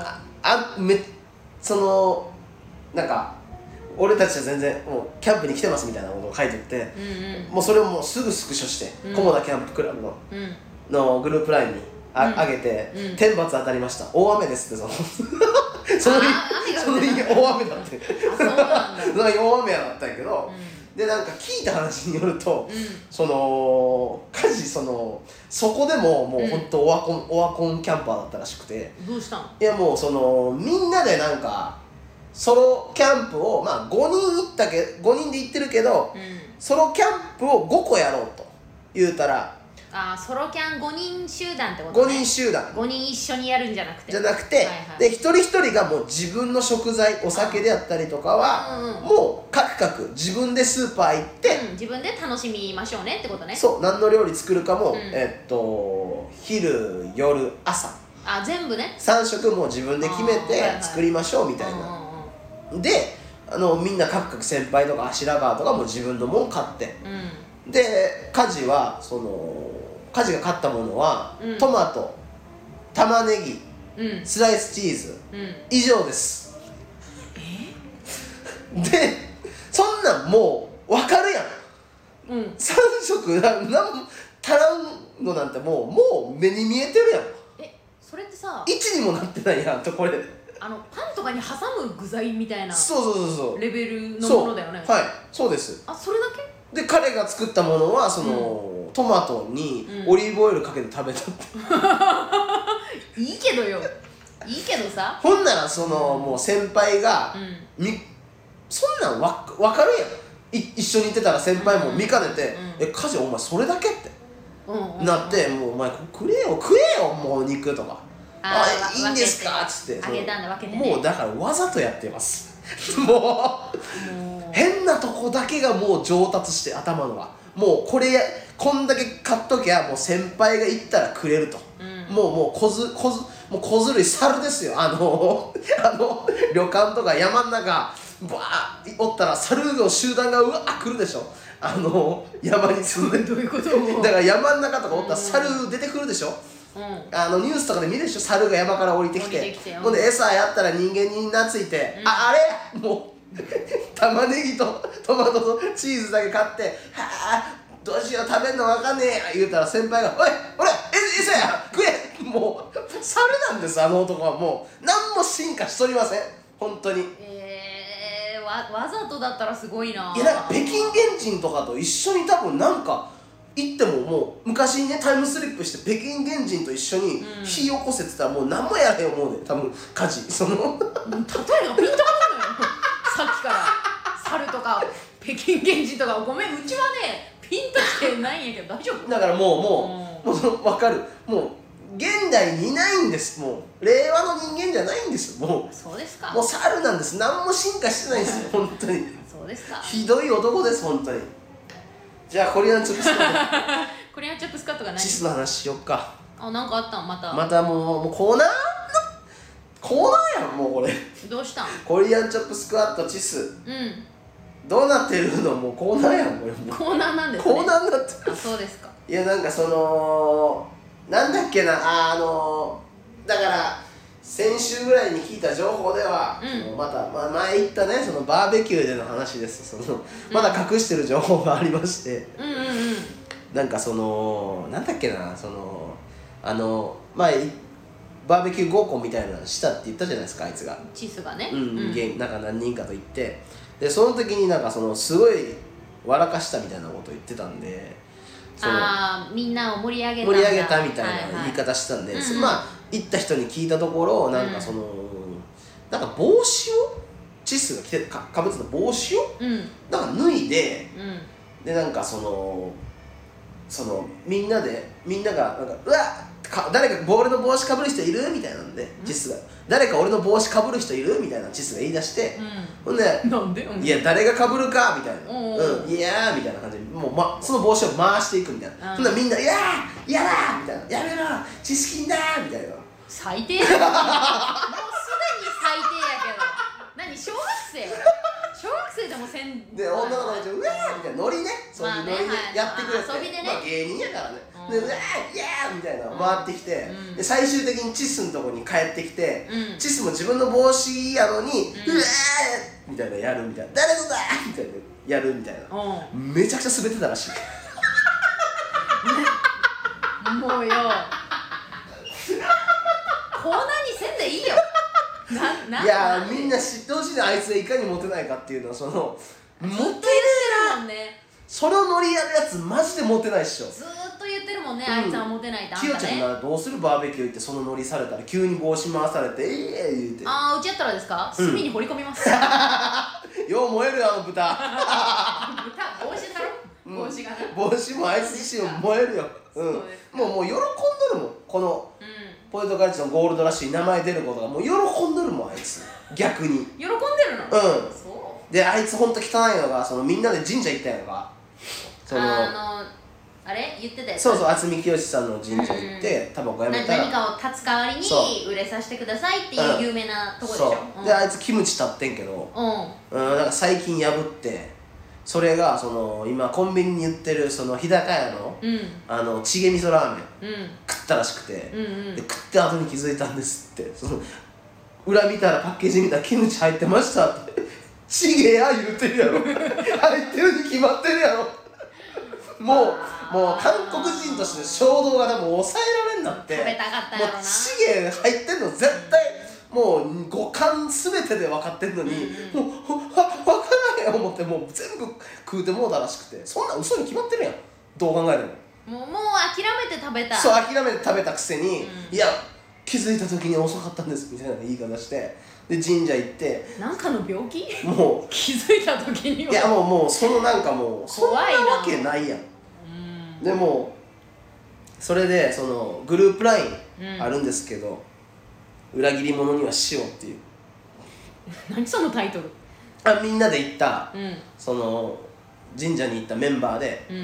なんか俺たちは全然もうキャンプに来てますみたいなことを書いてって、もうそれをもうすぐスクショして菰田キャンプクラブのグループラインに上げて「天罰当たりました大雨です」ってその日大雨だって大雨やだったんやけど、でなんか聞いた話によると、火事そこでももうほんとオワコンキャンパーだったらしくて。 どうしたん？ いやもうみんなでなんかソロキャンプをまあ5人で行ってるけど、ソロキャンプを5個やろうと言うたら、 ソロキャン5人集団ってことね。5人集団 5人一緒にやるんじゃなくてで一人一人がもう自分の食材お酒であったりとかはもうカク自分でスーパー行って、 自分で楽しみましょうねってことね。 そう何の料理作るかも、昼夜朝全部ね 3食も自分で決めて作りましょうみたいな。でみんなカク先輩とか白川とかも自分のもん買って、で家事が買ったものは、トマト玉ねぎ、スライスチーズ、以上です。でそんなんもう分かるやん、3食なん足らんのなんてもう目に見えてるやん。 それってさ 1にもなってないやんとこれパンとかに挟む具材みたいなそうレベルのものだよね。 はいそうです。 それだけで彼が作ったものはトマトにオリーブオイルかけて食べたって、 いいけどさ。 ほんならもう先輩が、そんなん分かるやん。一緒にいてたら先輩も見かねて「家事お前それだけ?」ってなって「もうお前食えよもう肉」とか「いいんですか?」っつってもうだからわざとやってますもう変なとこだけがもう上達して頭のがもうこれこんだけ買っときゃもう先輩が行ったらくれると、もう小ずるい猿ですよ。旅館とか山の中バーおったら猿の集団がうわー来るでしょ。山に住んでどういうことだから山の中とかおったら猿出てくるでしょ。ニュースとかで見るでしょ。猿が山から降りてきてほんで餌やったら人間に懐いて、あれもう玉ねぎとトマトとチーズだけ買ってはあどうしよう食べんのわかんねえや言うたら先輩が「おい俺餌や食え!」もう猿なんです。あの男はもう何も進化しとりません本当に。 わざとだったらすごいな。 いやなんか北京原人とかと一緒に多分なんか行ってももう昔にねタイムスリップして北京原人と一緒に火起こせって言ったらもう何もやらへん思うね多分火事例えがピンとこないのよさっきから猿とか北京原人とかごめんうちはねピンときてないんやけど大丈夫だからもう分かるもう現代にいないんです。もう令和の人間じゃないんですもう。 そうですか。 もう猿なんです。何も進化してないんですよ本当に。 そうですか。ひどい男です本当に。じゃあコリアンチョップスカットコリアンチョップスカットが何？ チスの話しよっか。 なんかあったんまたもうコーナーやんもうこれ。 どうしたん？ コリアンチョップスクワットチスどうなってるのもうコーナーやんこれ。 コーナーなんですね。 コーナーになってる。 そうですか。 いやなんかなんだっけなだから先週ぐらいに聞いた情報では、また、前言ったねそのバーベキューでの話です。まだ隠してる情報がありまして、なんかなんだっけな前バーベキュー合コンみたいなのしたって言ったじゃないですかあいつが。 チスがね。 なんか何人かと行ってでその時になんかすごい笑かしたみたいなことを言ってたんで。 みんなを盛り上げたみたいな言い方してたんで、行った人に聞いたところなんかなんか帽子をチスが着てかぶってた帽子をなんか脱いで、でなんかみんながなんかうわっ誰か俺の帽子かぶる人いるみたいなんでチスが誰か俺の帽子かぶる人いるみたいなチスが言い出して、ほんでなんでいや誰がかぶるかみたいな、いやーみたいな感じでもう、その帽子を回していくみたいな、ほんでみんな「いやーやだ!」みたいな「やめろ知識だ!」みたいな。 最低やもうすでに最低やけど何小学生でもせんで女の子たちうわーみたいなノリねそういうノリでやってくれて、 遊びでね芸人やからねでうわーいやーみたいな回ってきて、で最終的にチスのとこに帰ってきて、チスも自分の帽子やのにうわーみたいなやるみたいな誰のだみたいなやるみたいなめちゃくちゃ滑ってたらしいもうよコーナーにせんでいいよいやみんな知ってほしいねあいつがいかにモテないかっていうのはモテるもんね。 それを乗りやるやつマジでモテないっしょ。 ずーっと言ってるもんね、あいつはモテないってあんたね。 きよちゃんがどうするバーベキュー行ってそのノリされたら急に帽子回されて言うてうちやったらですか炭に掘り込みますよう燃えるよあの豚豚帽子だろ帽子がね帽子もあいつ自身も燃えるよもう喜んどるもんこのポテトカレッジのゴールドラッシュに名前出ることがもう喜んどるもんあいつ逆に喜んでるのそうであいつほんと汚いのがみんなで神社行ったんやんかあれ言ってたやつそう渥美清さんの神社行ってタバコやめたら何かを立つ代わりに売れさせてくださいっていう有名なとこでしょであいつキムチ立ってんけどなんか最近破ってそれが今コンビニに売ってる日高屋のチゲ味噌ラーメン食ったらしくてで食って後に気づいたんですって裏見たらパッケージ見たらキムチ入ってましたってチゲや言うてるやろ入ってるに決まってるやろもう韓国人として衝動が多分抑えられんなって食べたかったやろなもうチゲ入ってんの絶対もう五感全てで分かってんのにもう分からへん思ってもう全部食うてもうたらしくてそんなん嘘に決まってるやんどう考えてももう諦めて食べたそう諦めて食べたくせにいや気づいた時に遅かったんですみたいな言い方してで神社行ってなんかの病気もう気づいた時にはいやもうなんかもうそんなわけないやんでもそれでグループ LINE あるんですけど、裏切り者には塩っていう何そのタイトルみんなで行った、神社に行ったメンバーで、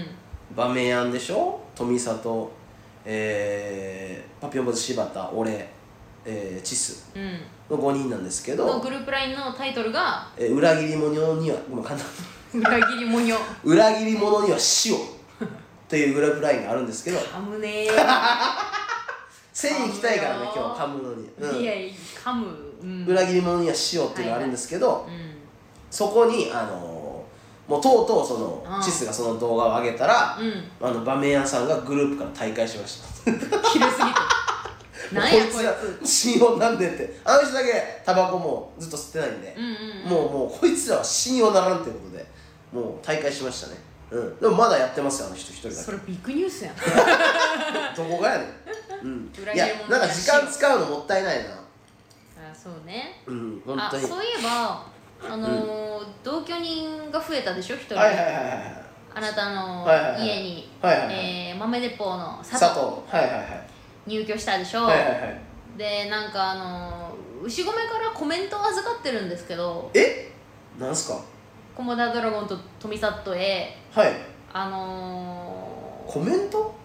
バメヤンでしょ、富里、パピヨンボズ柴田、俺、チスの5人なんですけど、 のグループ LINE のタイトルが、 裏切り者にはごめん簡単裏切り者裏切り者には死をっていうグループ LINE があるんですけど、 噛むね線行きたいからね今日噛むのに、 いや噛む、 裏切り者には死をっていうのがあるんですけど、そこにもうとうとうそのチスがその動画を上げたら、バメヤンさんがグループから退会しました昼すぎてなんやこいつ信用なんでって、あの人だけタバコもずっと吸ってないんで、もうこいつらは信用ならんっていうことでもう退会しましたね。でもまだやってますよ、あの人一人だけ。 それビッグニュースやんどこがやねん。いやなんか時間使うのもったいないな。 あ、そうね。 本当に。 そういえば同居人が増えたでしょ、一人。あなたの家に豆鉄砲の佐藤入居したでしょ。でなんか牛込からコメントを預かってるんですけど。 なんすか。 コモダドラゴンと富里へコメント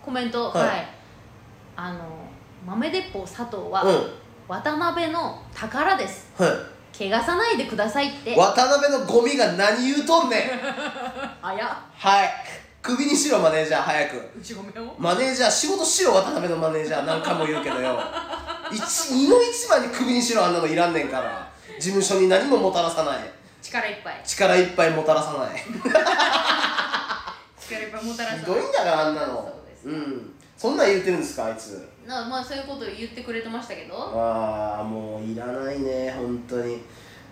豆鉄砲佐藤は渡辺の宝です、汚さないでくださいって。 渡辺のゴミが何言うとんねん早っ。 クビにしろマネージャー早く。 牛込をマネージャー仕事しろ、渡辺のマネージャー何回も言うけどよ2の一番にクビにしろ、あんなのいらんねんから。事務所に何ももたらさない、 力いっぱいもたらさない力いっぱいもたらさない。 ひどいんだからあんなの。そんなん言ってるんですかあいつ。 まあそういうことを言ってくれてましたけど。 もういらないね本当に。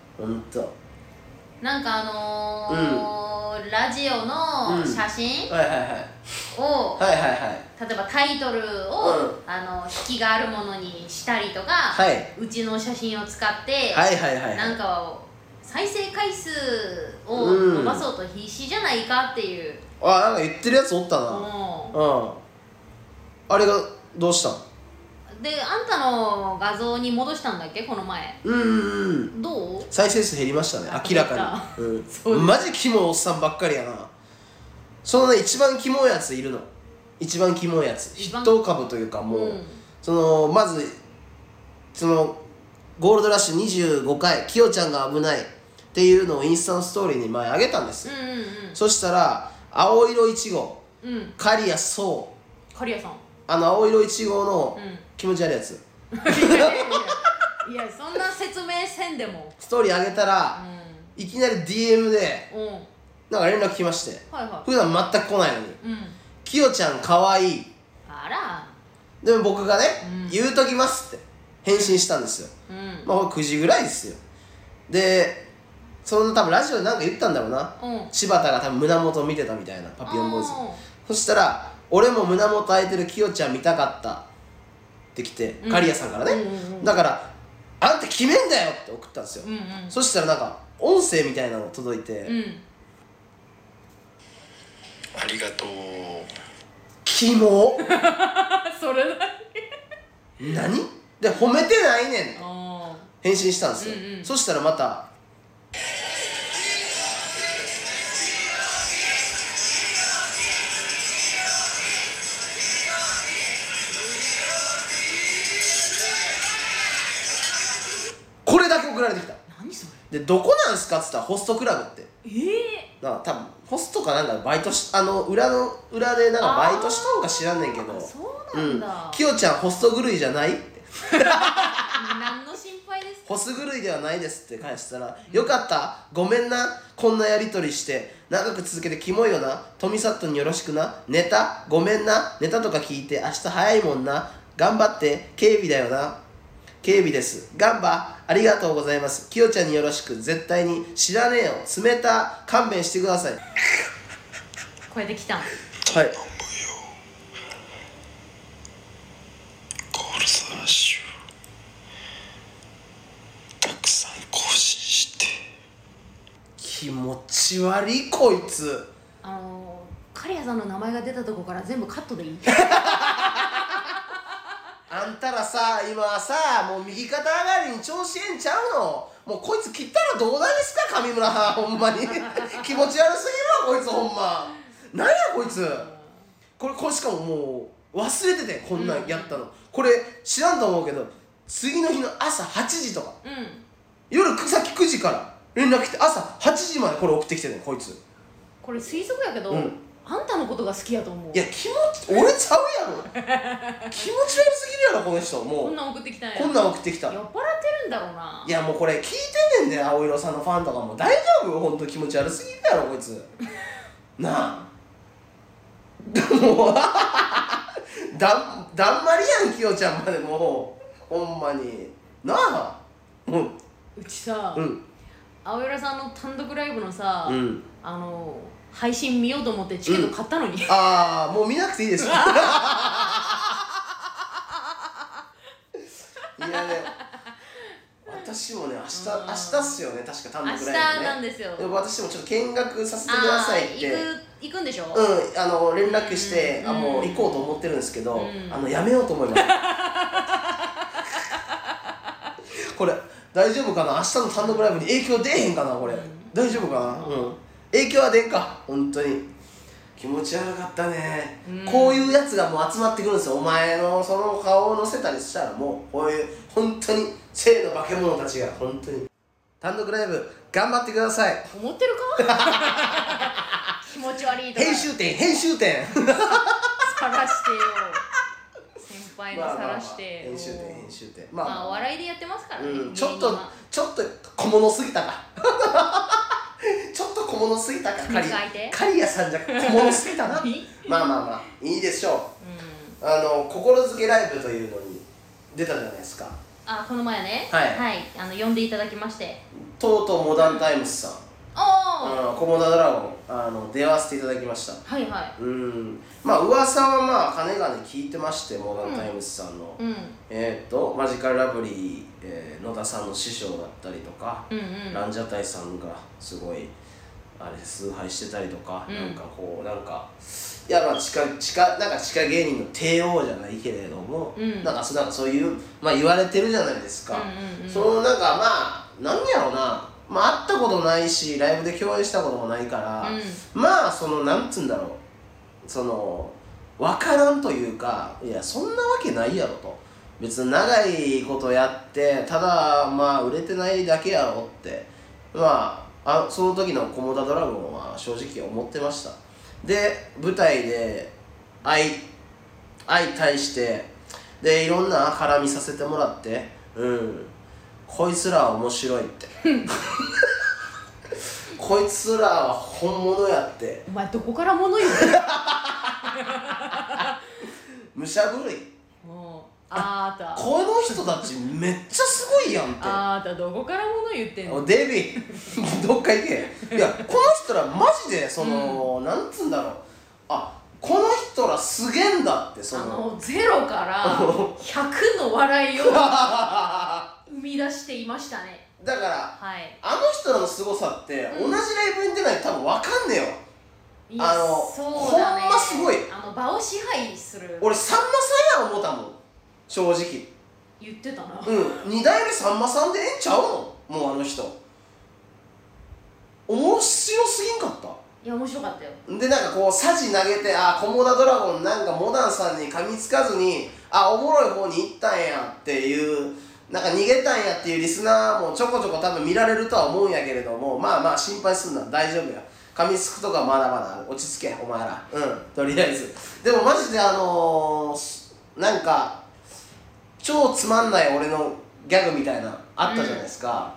なんかラジオの写真を例えばタイトルを引きがあるものにしたりとか、うちの写真を使ってなんか再生回数を伸ばそうと必死じゃないかっていう。 なんか言ってるやつおったな。あれがどうしたんで、あんたの画像に戻したんだっけこの前。どう？ 再生数減りましたね明らかに。マジキモいおっさんばっかりやな。そのね一番キモいやついるの。一番キモいやつ筆頭株というか、もうまずそのゴールドラッシュ25回きよちゃんが危ないっていうのをインスタのストーリーに前上げたんですよ。そしたら青色1号刈谷壮、 刈谷さん、 青色1号の気持ち悪いやついやそんな説明せんでも。 ストーリー上げたらいきなり DM でなんか連絡来まして、普段全く来ないのに「きよちゃんかわいい」。でも僕がね「言うときます」って返信したんですよ。まあこれ9時ぐらいですよ。でその多分ラジオで何か言ったんだろうな。柴田が多分胸元を見てたみたいな、パピヨン坊主。そしたら「俺も胸元開いてるきよちゃん見たかった」って来て、刈谷さんからね。だから「あんた決めんだよ」って送ったんですよ。そしたらなんか音声みたいなの届いてありがとう。 キモそれだけ何で褒めてないねんって返信したんですよ。そしたらまたこれだけ送られてきた。 何それでどこなんすかっつったらホストクラブって。だから多分ホストかなんかバイトし裏でなんかバイトしたのか知らんねんけど。 そうなんだ。 きよちゃんホスト狂いじゃないって何の心配ですか。 ホス狂いではないですって返したら、よかったごめんなこんなやりとりして長く続けてキモいよな、富里によろしくな、ネタごめんな、ネタとか聞いて明日早いもんな、頑張って警備だよな、警備です、ガンバありがとうございます、きよちゃんによろしく、絶対に知らねえよ、冷た勘弁してください。 これできたん。 はい。 ゴールドラッシュたくさん更新して。 気持ち悪いこいつ。 刈谷さんの名前が出たとこから全部カットでいいあんたらさ、今さ、もう右肩上がりに調子ええんちゃうの。もうこいつ切ったらどうなんですか、上村はん、ほんまに気持ち悪すぎるわこいつ、ほんま。なんやこいつ。 これしかももう忘れててこんなんやったの、これ知らんと思うけど次の日の朝8時とか、夜さっき9時から連絡来て朝8時までこれ送ってきてるのこいつ。 これ推測やけど、あんたのことが好きやと思う。 いや俺ちゃうやろ気持ち悪すぎるやろこの人。もうこんなん送ってきたんや。 こんなん送ってきた。 酔っ払ってるんだろうな。 いやもうこれ聞いてんねんで、青色さんのファンとかも大丈夫？ほんと気持ち悪すぎるやろこいつなあもうだんまりやんきよちゃんまでもうほんまになあ。もううちさ、青色さんの単独ライブのさ、配信見ようと思ってチケット買ったのに、 ああもう見なくていいですいやね私もね明日っすよね確か単独ライブね。 明日なんですよ。 でも私もちょっと見学させてくださいって行くんでしょ。 連絡して、もう行こうと思ってるんですけど、やめようと思いますこれ大丈夫かな、明日の単独ライブに影響出えへんかなこれ、大丈夫かな、影響は出んか。本当に気持ち悪かったね、こういうやつがもう集まってくるんですよ。お前のその顔を載せたりしたらもうこういう本当に性の化け物たちが本当に単独ライブ頑張ってください。 思ってるか気持ち悪いとか編集点探してよ先輩の晒して編集点まあお笑いでやってますからね、 ちょっと小物すぎたかちょっと小物すぎたか刈谷さんじゃ小物すぎたなまあいいでしょう、心づけライブというのに出たじゃないですか。 この前ね、呼んでいただきまして、 とうとうモダンタイムスさんコモダドラゴン出会わせていただきました。まあ噂はかねがね聞いてまして、モダンタイムスさんの、マジカルラブリー、野田さんの師匠だったりとか、ランジャタイさんがすごい崇拝してたりとか、いや地下芸人の帝王じゃないけれども、そういう言われてるじゃないですか。その何やろうな、会ったことないしライブで共演したこともないから、なんつうんだろう、分からんというか、いやそんなわけないやろと、別に長いことやってただ売れてないだけやろって、その時のコモダドラゴンは正直思ってました。で舞台で相対してでいろんな絡みさせてもらって、こいつらは面白いってこいつらは本物やって。 お前どこから物言うの武者震い。この人たちめっちゃすごいやんって。 どこから物言ってんの。 デビどっか行け。いやこの人らマジでなんつうんだろう、この人らすげえんだって、 ゼロから100の笑いを生み出していましたね。 だから、あの人らのすごさって同じライブに出ないと多分分かんねえよ。ほんますごい。 場を支配する。 俺さんまさんや思ったもん正直。 言ってたな。 2代目さんまさんでええんちゃうの。もうあの人面白すぎんかった。 いや面白かったよ。 でサジ投げてコモダドラゴンモダンさんに噛みつかずにおもろい方に行ったんやっていう逃げたんやっていうリスナーもちょこちょこ多分見られるとは思うんやけれども、心配すんな、大丈夫や。噛みつくとかまだまだある、落ち着けお前ら。とりあえずでもマジで超つまんない俺のギャグみたいなあったじゃないですか。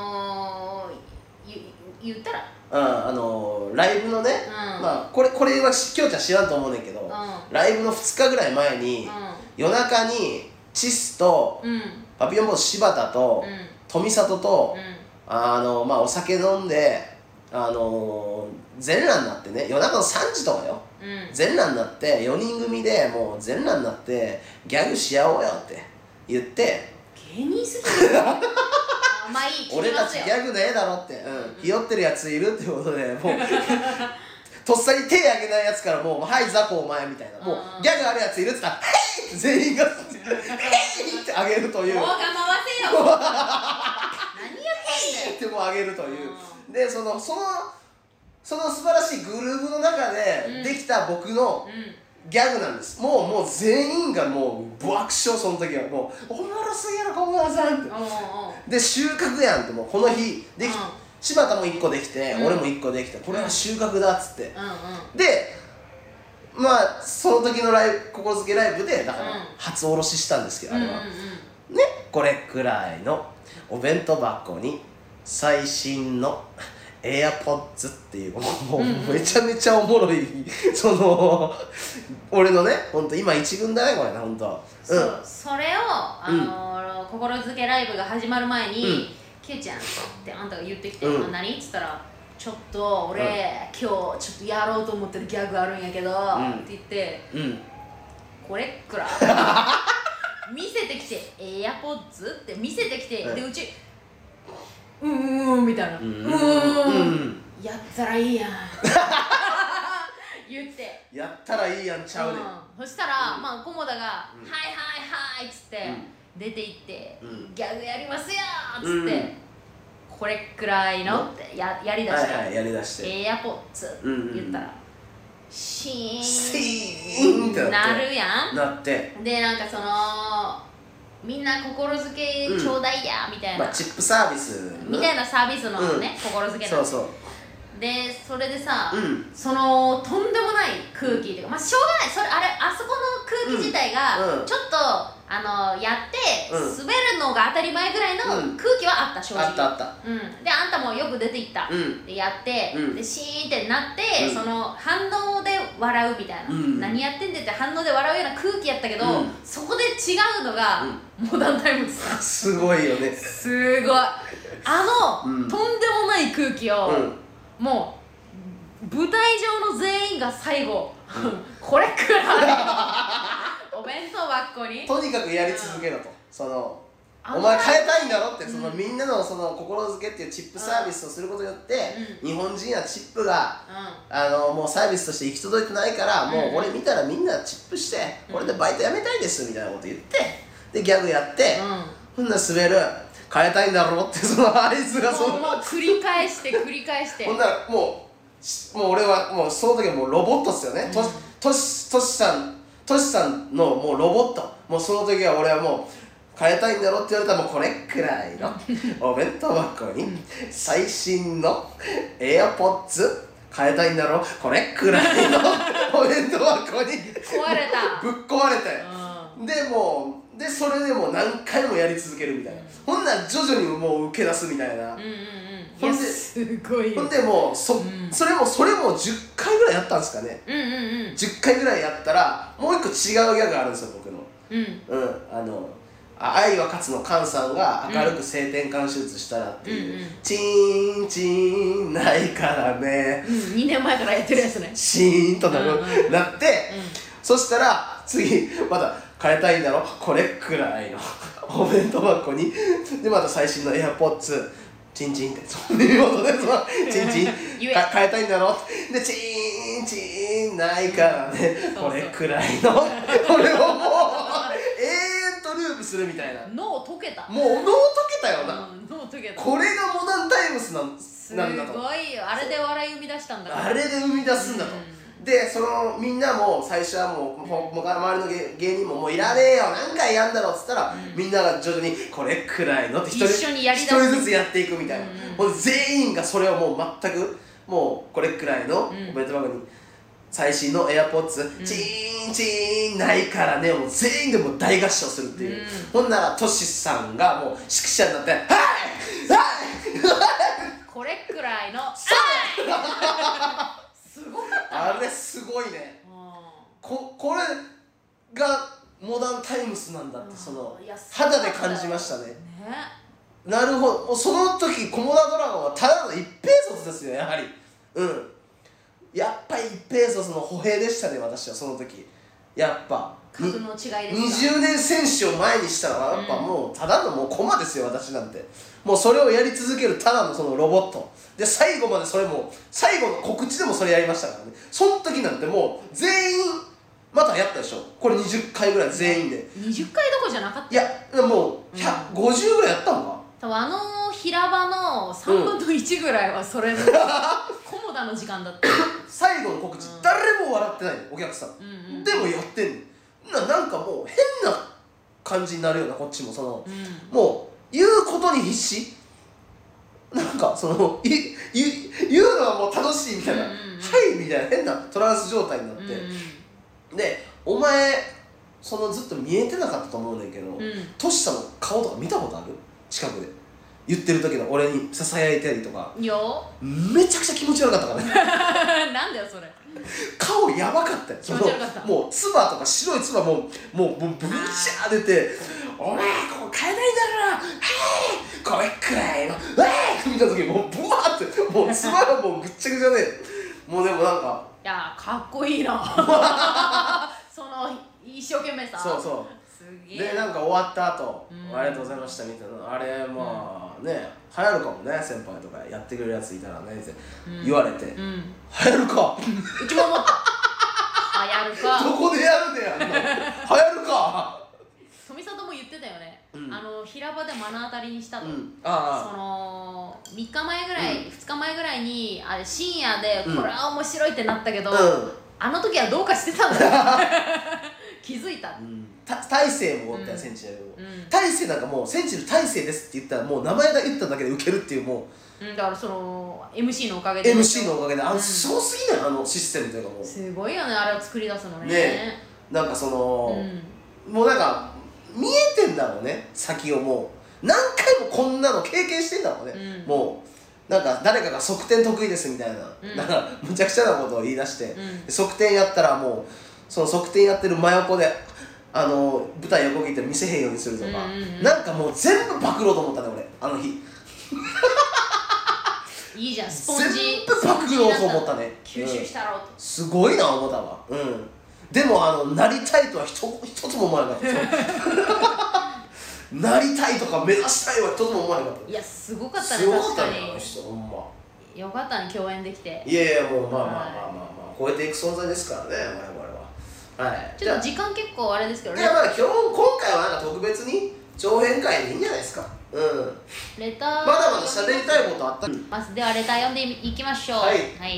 言ったらライブのね、これはきょうちゃん知らんと思うねんけど、ライブの2日ぐらい前に、夜中にチスと、パピヨンボーイ柴田と、富里と、お酒飲んで全裸になってね、夜中の3時とかよ、全裸になって4人組でもう全裸になってギャグし合おうよって言って、 芸人すぎる俺たちギャグねえだろって、ひよってるやついるってことで、もうとっさに手あげないやつからもうはいザコお前みたいな、もうギャグあるやついるって言ったらヘイって全員がヘイってあげるという、 動画回せよ何やってんだよってもあげるという、でその素晴らしいグルーヴの中でできた僕のギャグなんです。もう全員がもう爆笑。その時はもうおもろすぎやろ小村さんってで収穫やんって、もうこの日でき、柴田も1個できて、俺も1個できて、これは収穫だっつって、でまあその時の心づけライブでだから初おろししたんですけど、あれはね、これくらいのお弁当箱に最新のエアポッツっていう、もうめちゃめちゃおもろいその俺のね、ほんと今一軍だねこれね、ほんと。 それを心づけライブが始まる前に「Q ちゃん」ってあんたが言ってきて「何?」っつったら「ちょっと俺今日ちょっとやろうと思ってるギャグあるんやけど」って言って「これっくらい見せてきてエアポッツって見せてきて、でうちみたいなやったらいいやん言ってやったらいいやんちゃうね、 そしたらまあ菰田が「はいはいはい」っつって出て行って「ギャグやりますよ」っつって「これくらいの」ってやりだしてエアポッツ言ったらシーンってなるやん。 なってでなんかそのみんな心づけちょうだいやみたいな、 チップサービスみたいなサービスのね、心づけなんそうで、それでさ、そのとんでもない空気っていうか、まあしょうがない、それあそこの空気自体がちょっとやって滑るのが当たり前ぐらいの空気はあった、正直。 あった。 であんたもよく出ていった、でやって、でシーンってなって、その反応で笑うみたいな、何やってんでって反応で笑うような空気やったけど、そこで違うのがモダンタイムズさん。 すごいよね。 すごいとんでもない空気を、もう舞台上の全員が最後これくらいお弁当箱にとにかくやり続けろと、そのお前変えたいんだろって、そのみんなのその心づけっていうチップサービスをすることによって、日本人はチップがもうサービスとして行き届いてないから、もう俺見たらみんなチップしてこれでバイトやめたいですみたいなこと言って、でギャグやって、ほんなら滑る変えたいんだろって、その合図がそのもう繰り返してほんならもう俺はもうその時はもうロボットっすよね。トシさんのもうロボット、もうその時は俺はもう変えたいんだろって言われたら、もうこれくらいのお弁当箱に最新のエアポッツ変えたいんだろ、これくらいのお弁当箱にぶっ壊れて、でそれでもう何回もやり続けるみたいな、ほんなら徐々にもう受け出すみたいな、 ほんですごいよ。 ほんでもうそれも10回ぐらいやったんですかね。10回ぐらいやったらもう一個違うギャグあるんですよ、僕の。愛は勝つの菅さんが明るく性転換手術したらっていう、チーンチーンないからね、 2年前からやってるやつね。 シーンとなって、そしたら次また変えたいんだろ、これくらいのお弁当箱にでまた最新のエアポッツチンチンって、そういうことで、そのチンチン変えたいんだろでチーンチーンないからね、これくらいの俺をもう永遠とループするみたいな。 脳溶けた、 もう脳溶けたよな、 脳溶けた。 これがモダンタイムスなんだと。 すごいよ、あれで笑い生み出したんだから、 あれで生み出すんだと。でそのみんなも最初はもう周りの芸人ももういらねえよ何回やんだろっつったら、みんなが徐々にこれくらいのって一人ずつやっていくみたいな、もう全員がそれをもう全くもうこれくらいのお弁当箱に最新のエアポッツチーンチーンないからね、もう全員でもう大合唱するっていう、ほんならトシさんがもう指揮者になって「はいはいこれくらいのすごかった。 あれすごいね。これがモダンタイムスなんだって、その肌で感じましたね。なるほど、その時コモダドラゴンはただの一平卒ですよ、やはり。やっぱり一平卒の歩兵でしたね、私はその時。やっぱ格の違いですか。 20年選手を前にしたらやっぱもうただのもう駒ですよ、私なんて。もうそれをやり続けるただのそのロボットで、最後までそれも最後の告知でもそれやりましたからね。その時なんてもう全員またやったでしょ、これ20回ぐらい全員で。 20回どころじゃなかった。 いやもう150ぐらいやったのか。 多分平場の3分の1ぐらいはそれの菰田コダの時間だった最後の告知、誰も笑ってないのお客さん、でもやってんねん。なんかもう変な感じになるような、こっちもその、もう言うことに必死、なんかその言うのはもう楽しいみたいな、はいみたいな変なトランス状態になって、でお前そのずっと見えてなかったと思うねんけど、トシさんの顔とか見たことある？近くで言ってる時の俺にささやいたりとか。 いやめちゃくちゃ気持ち悪かったからねなんだよそれ。 顔やばかったよ。 気持ち悪かった。 もう唾とか白い唾もうブシャー出て、お前ここ変えないだろ、これくらいの見た時もうブワーってもう唾がもうぐっちゃぐちゃで、もうでもなんかいやかっこいいなその一生懸命さ。 そうそうすげえ。 でなんか終わった後、ありがとうございましたみたいな、あれまあね流行るかもね、先輩とかやってくれるやついたらねって言われて、流行るかうちも思った流行るかどこでやるねやんな流行るか富里も言ってたよね、平場で目の当たりにしたと、そあの3日前ぐらい、2日前ぐらいにあれ深夜でこれは面白いってなったけど、あの時はどうかしてたんだよ気づいた、 大勢もおったよ、センチネルも、大勢なんかもうセンチネル大勢ですって言ったらもう名前が言っただけでウケるっていう、もうだからその MC のおかげで MC のおかげで、すごすぎない、あのシステムというか、もうすごいよね、あれを作り出すのね。 ね、なんかその、もうなんか見えてんだろうね、先をもう何回もこんなの経験してんだろうね、もうなんか誰かが側転得意ですみたいな、なんかむちゃくちゃなことを言い出して、側転やったらもうその側転やってる真横で舞台横切って見せへんようにするとか、なんかもう全部パクろうと思ったね俺、あの日いいじゃん、スポンジ全部パクろうと思ったね、 吸収したろうと、 すごいな思ったわ。でもなりたいとは一つも思わなかったなりたいとか目指したいは一つも思わなかった。 いやすごかったね、 すごかったね、 確かに。 あの人ほんまよかったね、共演できて。 いやいや、もうまあまあまあまあまあ超えていく存在ですからね、我々は。はい、 ちょっと時間結構あれですけどね。 いやまあ今回はなんか特別に長編会でいいんじゃないですか。 レターまだまだ喋りたいことあった。 ではレター読んでいきましょう。 はい、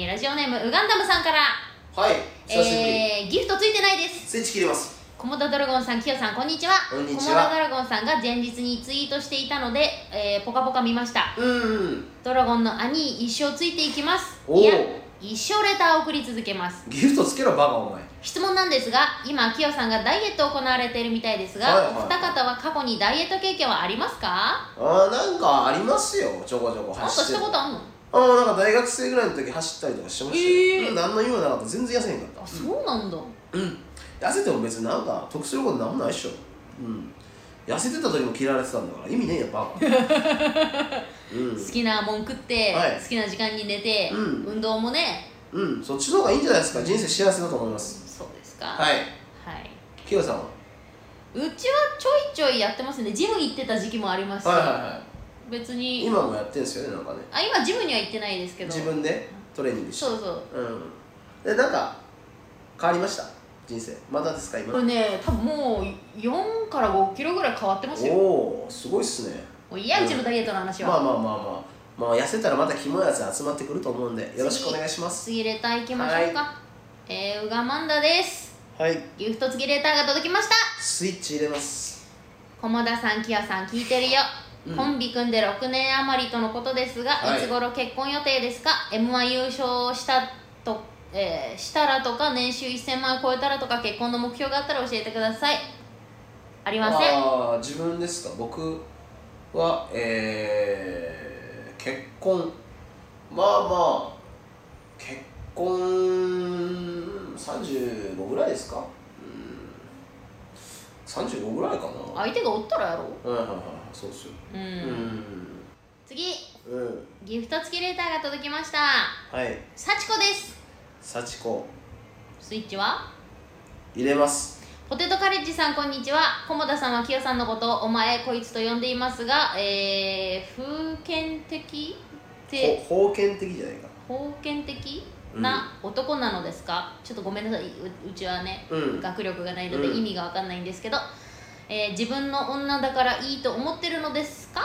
ラジオネームウガンダムさんから。 はい、久しぶり。 ギフトついてないです。 スイッチ切れます。 コモダドラゴンさん、キヨさん、こんにちは。 こんにちは。 コモダドラゴンさんが前日にツイートしていたので、ポカポカ見ました。ドラゴンの兄一生ついていきます。いや、一生レターを送り続けます。 ギフトつけろバカお前。 質問なんですが、今キヨさんがダイエットを行われているみたいですが、お二方は過去にダイエット経験はありますか？ なんかありますよ、ちょこちょこ走って。なんかしたことあんの？ なんか大学生ぐらいの時走ったりとかしてましたよ。何の意味もなかった。全然痩せへんかった。 あ、そうなんだ。 痩せても別になんか得することなんもないっしょ。痩せてた時も嫌われてたんだから意味ねえよバカ好きなもん食って、好きな時間に寝て、運動もね、 そっちの方がいいんじゃないですか。人生幸せだと思います。 そうですか。 はい。キヨさんは？ うちはちょいちょいやってますね。ジム行ってた時期もありますし、別に今もやってんすよね、なんかね。 今ジムには行ってないですけど、 自分でトレーニングして。 そうそう。 でなんか変わりました人生？まだですか今？ これね、多分もう4から5キロぐらい変わってますよ。 おお、すごいっすね。 もういや、うちのダイエットの話は。 まあ痩せたらまたキモいやつ集まってくると思うんでよろしくお願いします。 次レターいきましょうか。ウガマンダです。 はい。 ギフト付きレターが届きました。 スイッチ入れます。 菰田さん、キヨさん、聞いてるよ。コンビ組んで6年余りとのことですが、いつ頃結婚予定ですか？ M1 優勝したらとか、年収1000万超えたらとか、結婚の目標があったら教えてください。ありません。 自分ですか？僕は結婚、結婚35ぐらいですか？35ぐらいかな。 相手がおったらやろう。 そうっすよ。 次、ギフト付きレターが届きました。 はい。 幸子です。 幸子。 スイッチは入れます。 ポテトカレッジさん、こんにちは。菰田さんはキヨさんのことをお前こいつと呼んでいますが、封建的って封建的じゃないか。 封建的な男なのですか？ちょっとごめんなさい、うちはね、学力がないので意味が分かんないんですけど、自分の女だからいいと思ってるのですか？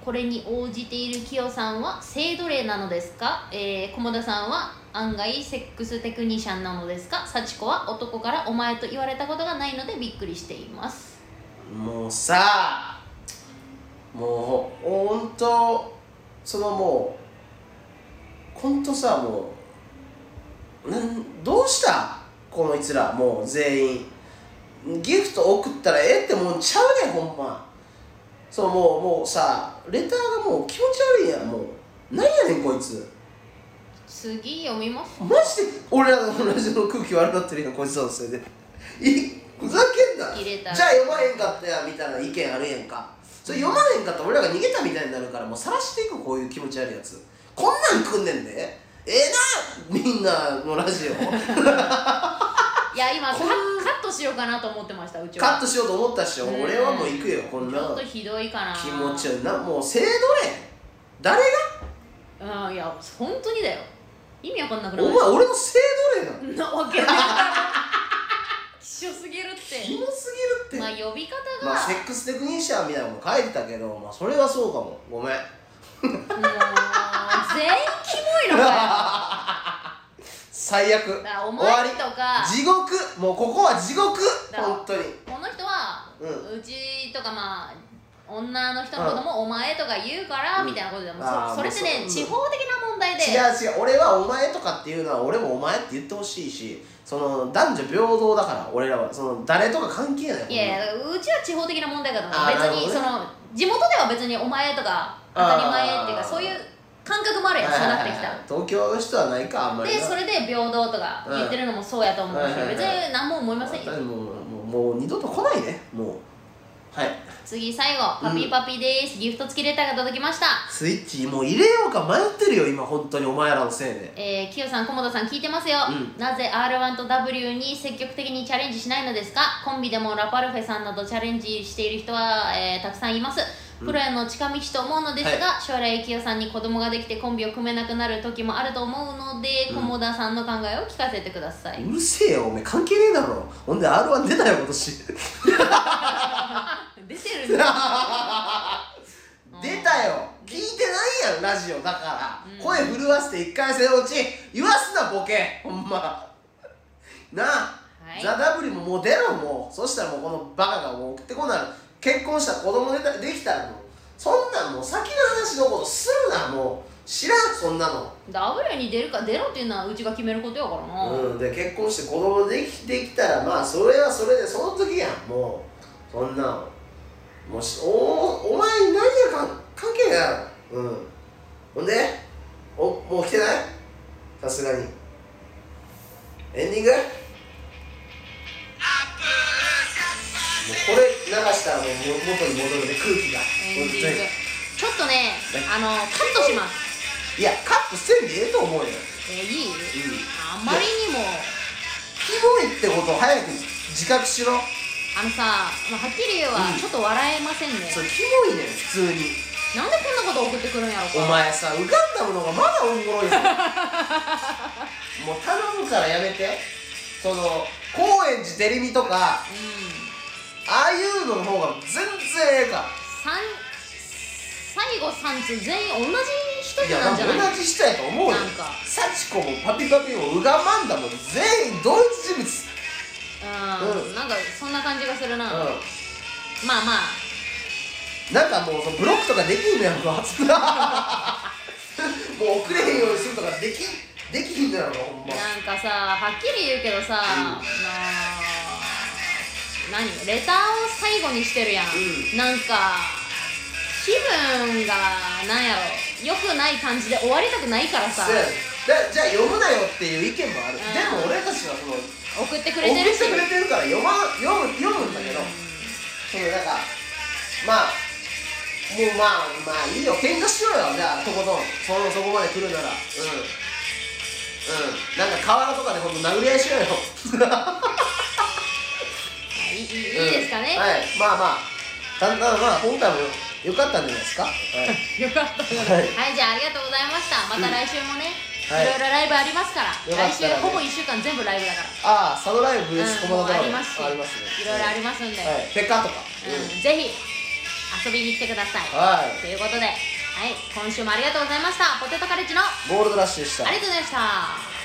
これに応じているキヨさんは性奴隷なのですか？菰田さんは案外セックステクニシャンなのですか？幸子は男からお前と言われたことがないのでびっくりしています。 もうさ、もうほんともうほんとさ、もうどうしたこいつら、もう全員ギフト送ったらええってもんちゃうねん、ほんま。もうさ、レターがもう気持ち悪いやん。もうなんやねんこいつ。 次読みます。 マジで俺らのラジオの空気悪なってるやん、こいつのせいで。ふざけんな。じゃあ読まへんかったやみたいな意見あるやんか。それ読まへんかったら俺らが逃げたみたいになるから、もう晒していく、こういう気持ち悪いやつ。こんなん来んねんで。みんなのラジオ。 いや今カットしようかなと思ってました。うちはカットしようと思ったっしょ。俺はもう行くよ、こんなちょっとひどいかな。 気持ち悪いな。もう性奴隷誰がいや本当にだよ、意味わかんなくなる。お前俺の性奴隷なわけない希少すぎるって。 キモすぎるって。 まあ呼び方が、 まあセックステクニシャンみたいなのも書いてたけど、まあそれはそうかも。ごめん。もう全員キモいのかよ最悪。 お前とか地獄。もうここは地獄。本当にこの人は、うちとかまあ女の人のこともお前とか言うから、みたいなことでも、それってね、地方的な問題で。 違う、俺はお前とかっていうのは俺もお前って言ってほしいし、男女平等だから。俺らは誰とか関係ない。 いやうちは地方的な問題かと思う。別に地元では別にお前とか当たり前っていうか、そういう感覚もあるやん、そうなってきた。 東京の人はないか、あんまり。 でそれで平等とか言ってるのもそうやと思うし、別に何も思いませんよ。 もう二度と来ないね、もう。はい、 次最後、パピーパピーです。ギフト付きレターが届きました。 スイッチもう入れようか迷ってるよ今、本当にお前らのせいで。 キヨさん、菰田さん聞いてますよ、なぜ R1 と W に積極的にチャレンジしないのですか？コンビでもラパルフェさんなどチャレンジしている人は、たくさんいます。プロへの近道と思うのですが、将来キヨさんに子供ができてコンビを組めなくなる時もあると思うので、菰田さんの考えを聞かせてください。 うるせえよ、お前関係ねえだろ。ほんで R1 出たよ今年出てるんだ出たよ。聞いてないやんラジオだから、声震わせて1回戦落ち言わすなボケ、ほんまなあ、ザ・ W ももう出ろ。もうそしたらもうこのバカがもう送ってこない。結婚したら子供できたらもうそんなんもう先の話のことするな。もう知らん、そんなの。 W に出るか出ろっていうのはうちが決めることやからな。 で結婚して子供できたらまあそれはそれでその時やん。もうそんなのもしお前に何が関係ないやろ。ほんでもう来てない？さすがにエンディング。もうこれ流したらもう元に戻るね、空気が。 ちょっとね、カットします。 いやカットせんでええと思うよ。 いい？あまりにもキモいってことを早く自覚しろ。 さ、はっきり言うわ、ちょっと笑えませんね。 それキモいねん普通に。 なんでこんなこと送ってくるんやろか。 お前さ、ウガンダムの方がまだおもろいぞもう頼むからやめて。高円寺テレビとか、ああいうのの方が全然ええから。 最後3つ全員同じ人なんじゃない？ いや同じ人やと思うよ。幸子もパピパピもウガマンダも全員同一人物。 なんかそんな感じがするな。まあまあなんかもうブロックとかできんのやろもう送れへんようにするとかできんのやろほんま。 なんかさ、はっきり言うけどさ、レターを最後にしてるやん。なんか気分がなんやろ、良くない感じで終わりたくないからさ。 じゃあ読むなよっていう意見もある。でも俺たちは送ってくれてるし、 送ってくれてるから読むんだけど、なんかまあもうまあいいよ、喧嘩しようよ。じゃあとことんそこまで来るならなんか河原とかでほんと殴り合いしようよいいですかね。 はい、まあ今回もよかったんじゃないですか。 よかったはい、じゃあありがとうございました。また来週もね、いろいろライブありますから。来週ほぼ1週間全部ライブだから。 佐渡ライブです。 ありますし、いろいろありますんで、 ペカとかぜひ遊びに来てください。ということで今週もありがとうございました。ポテトカレッジのゴールドラッシュでした。 ありがとうございました。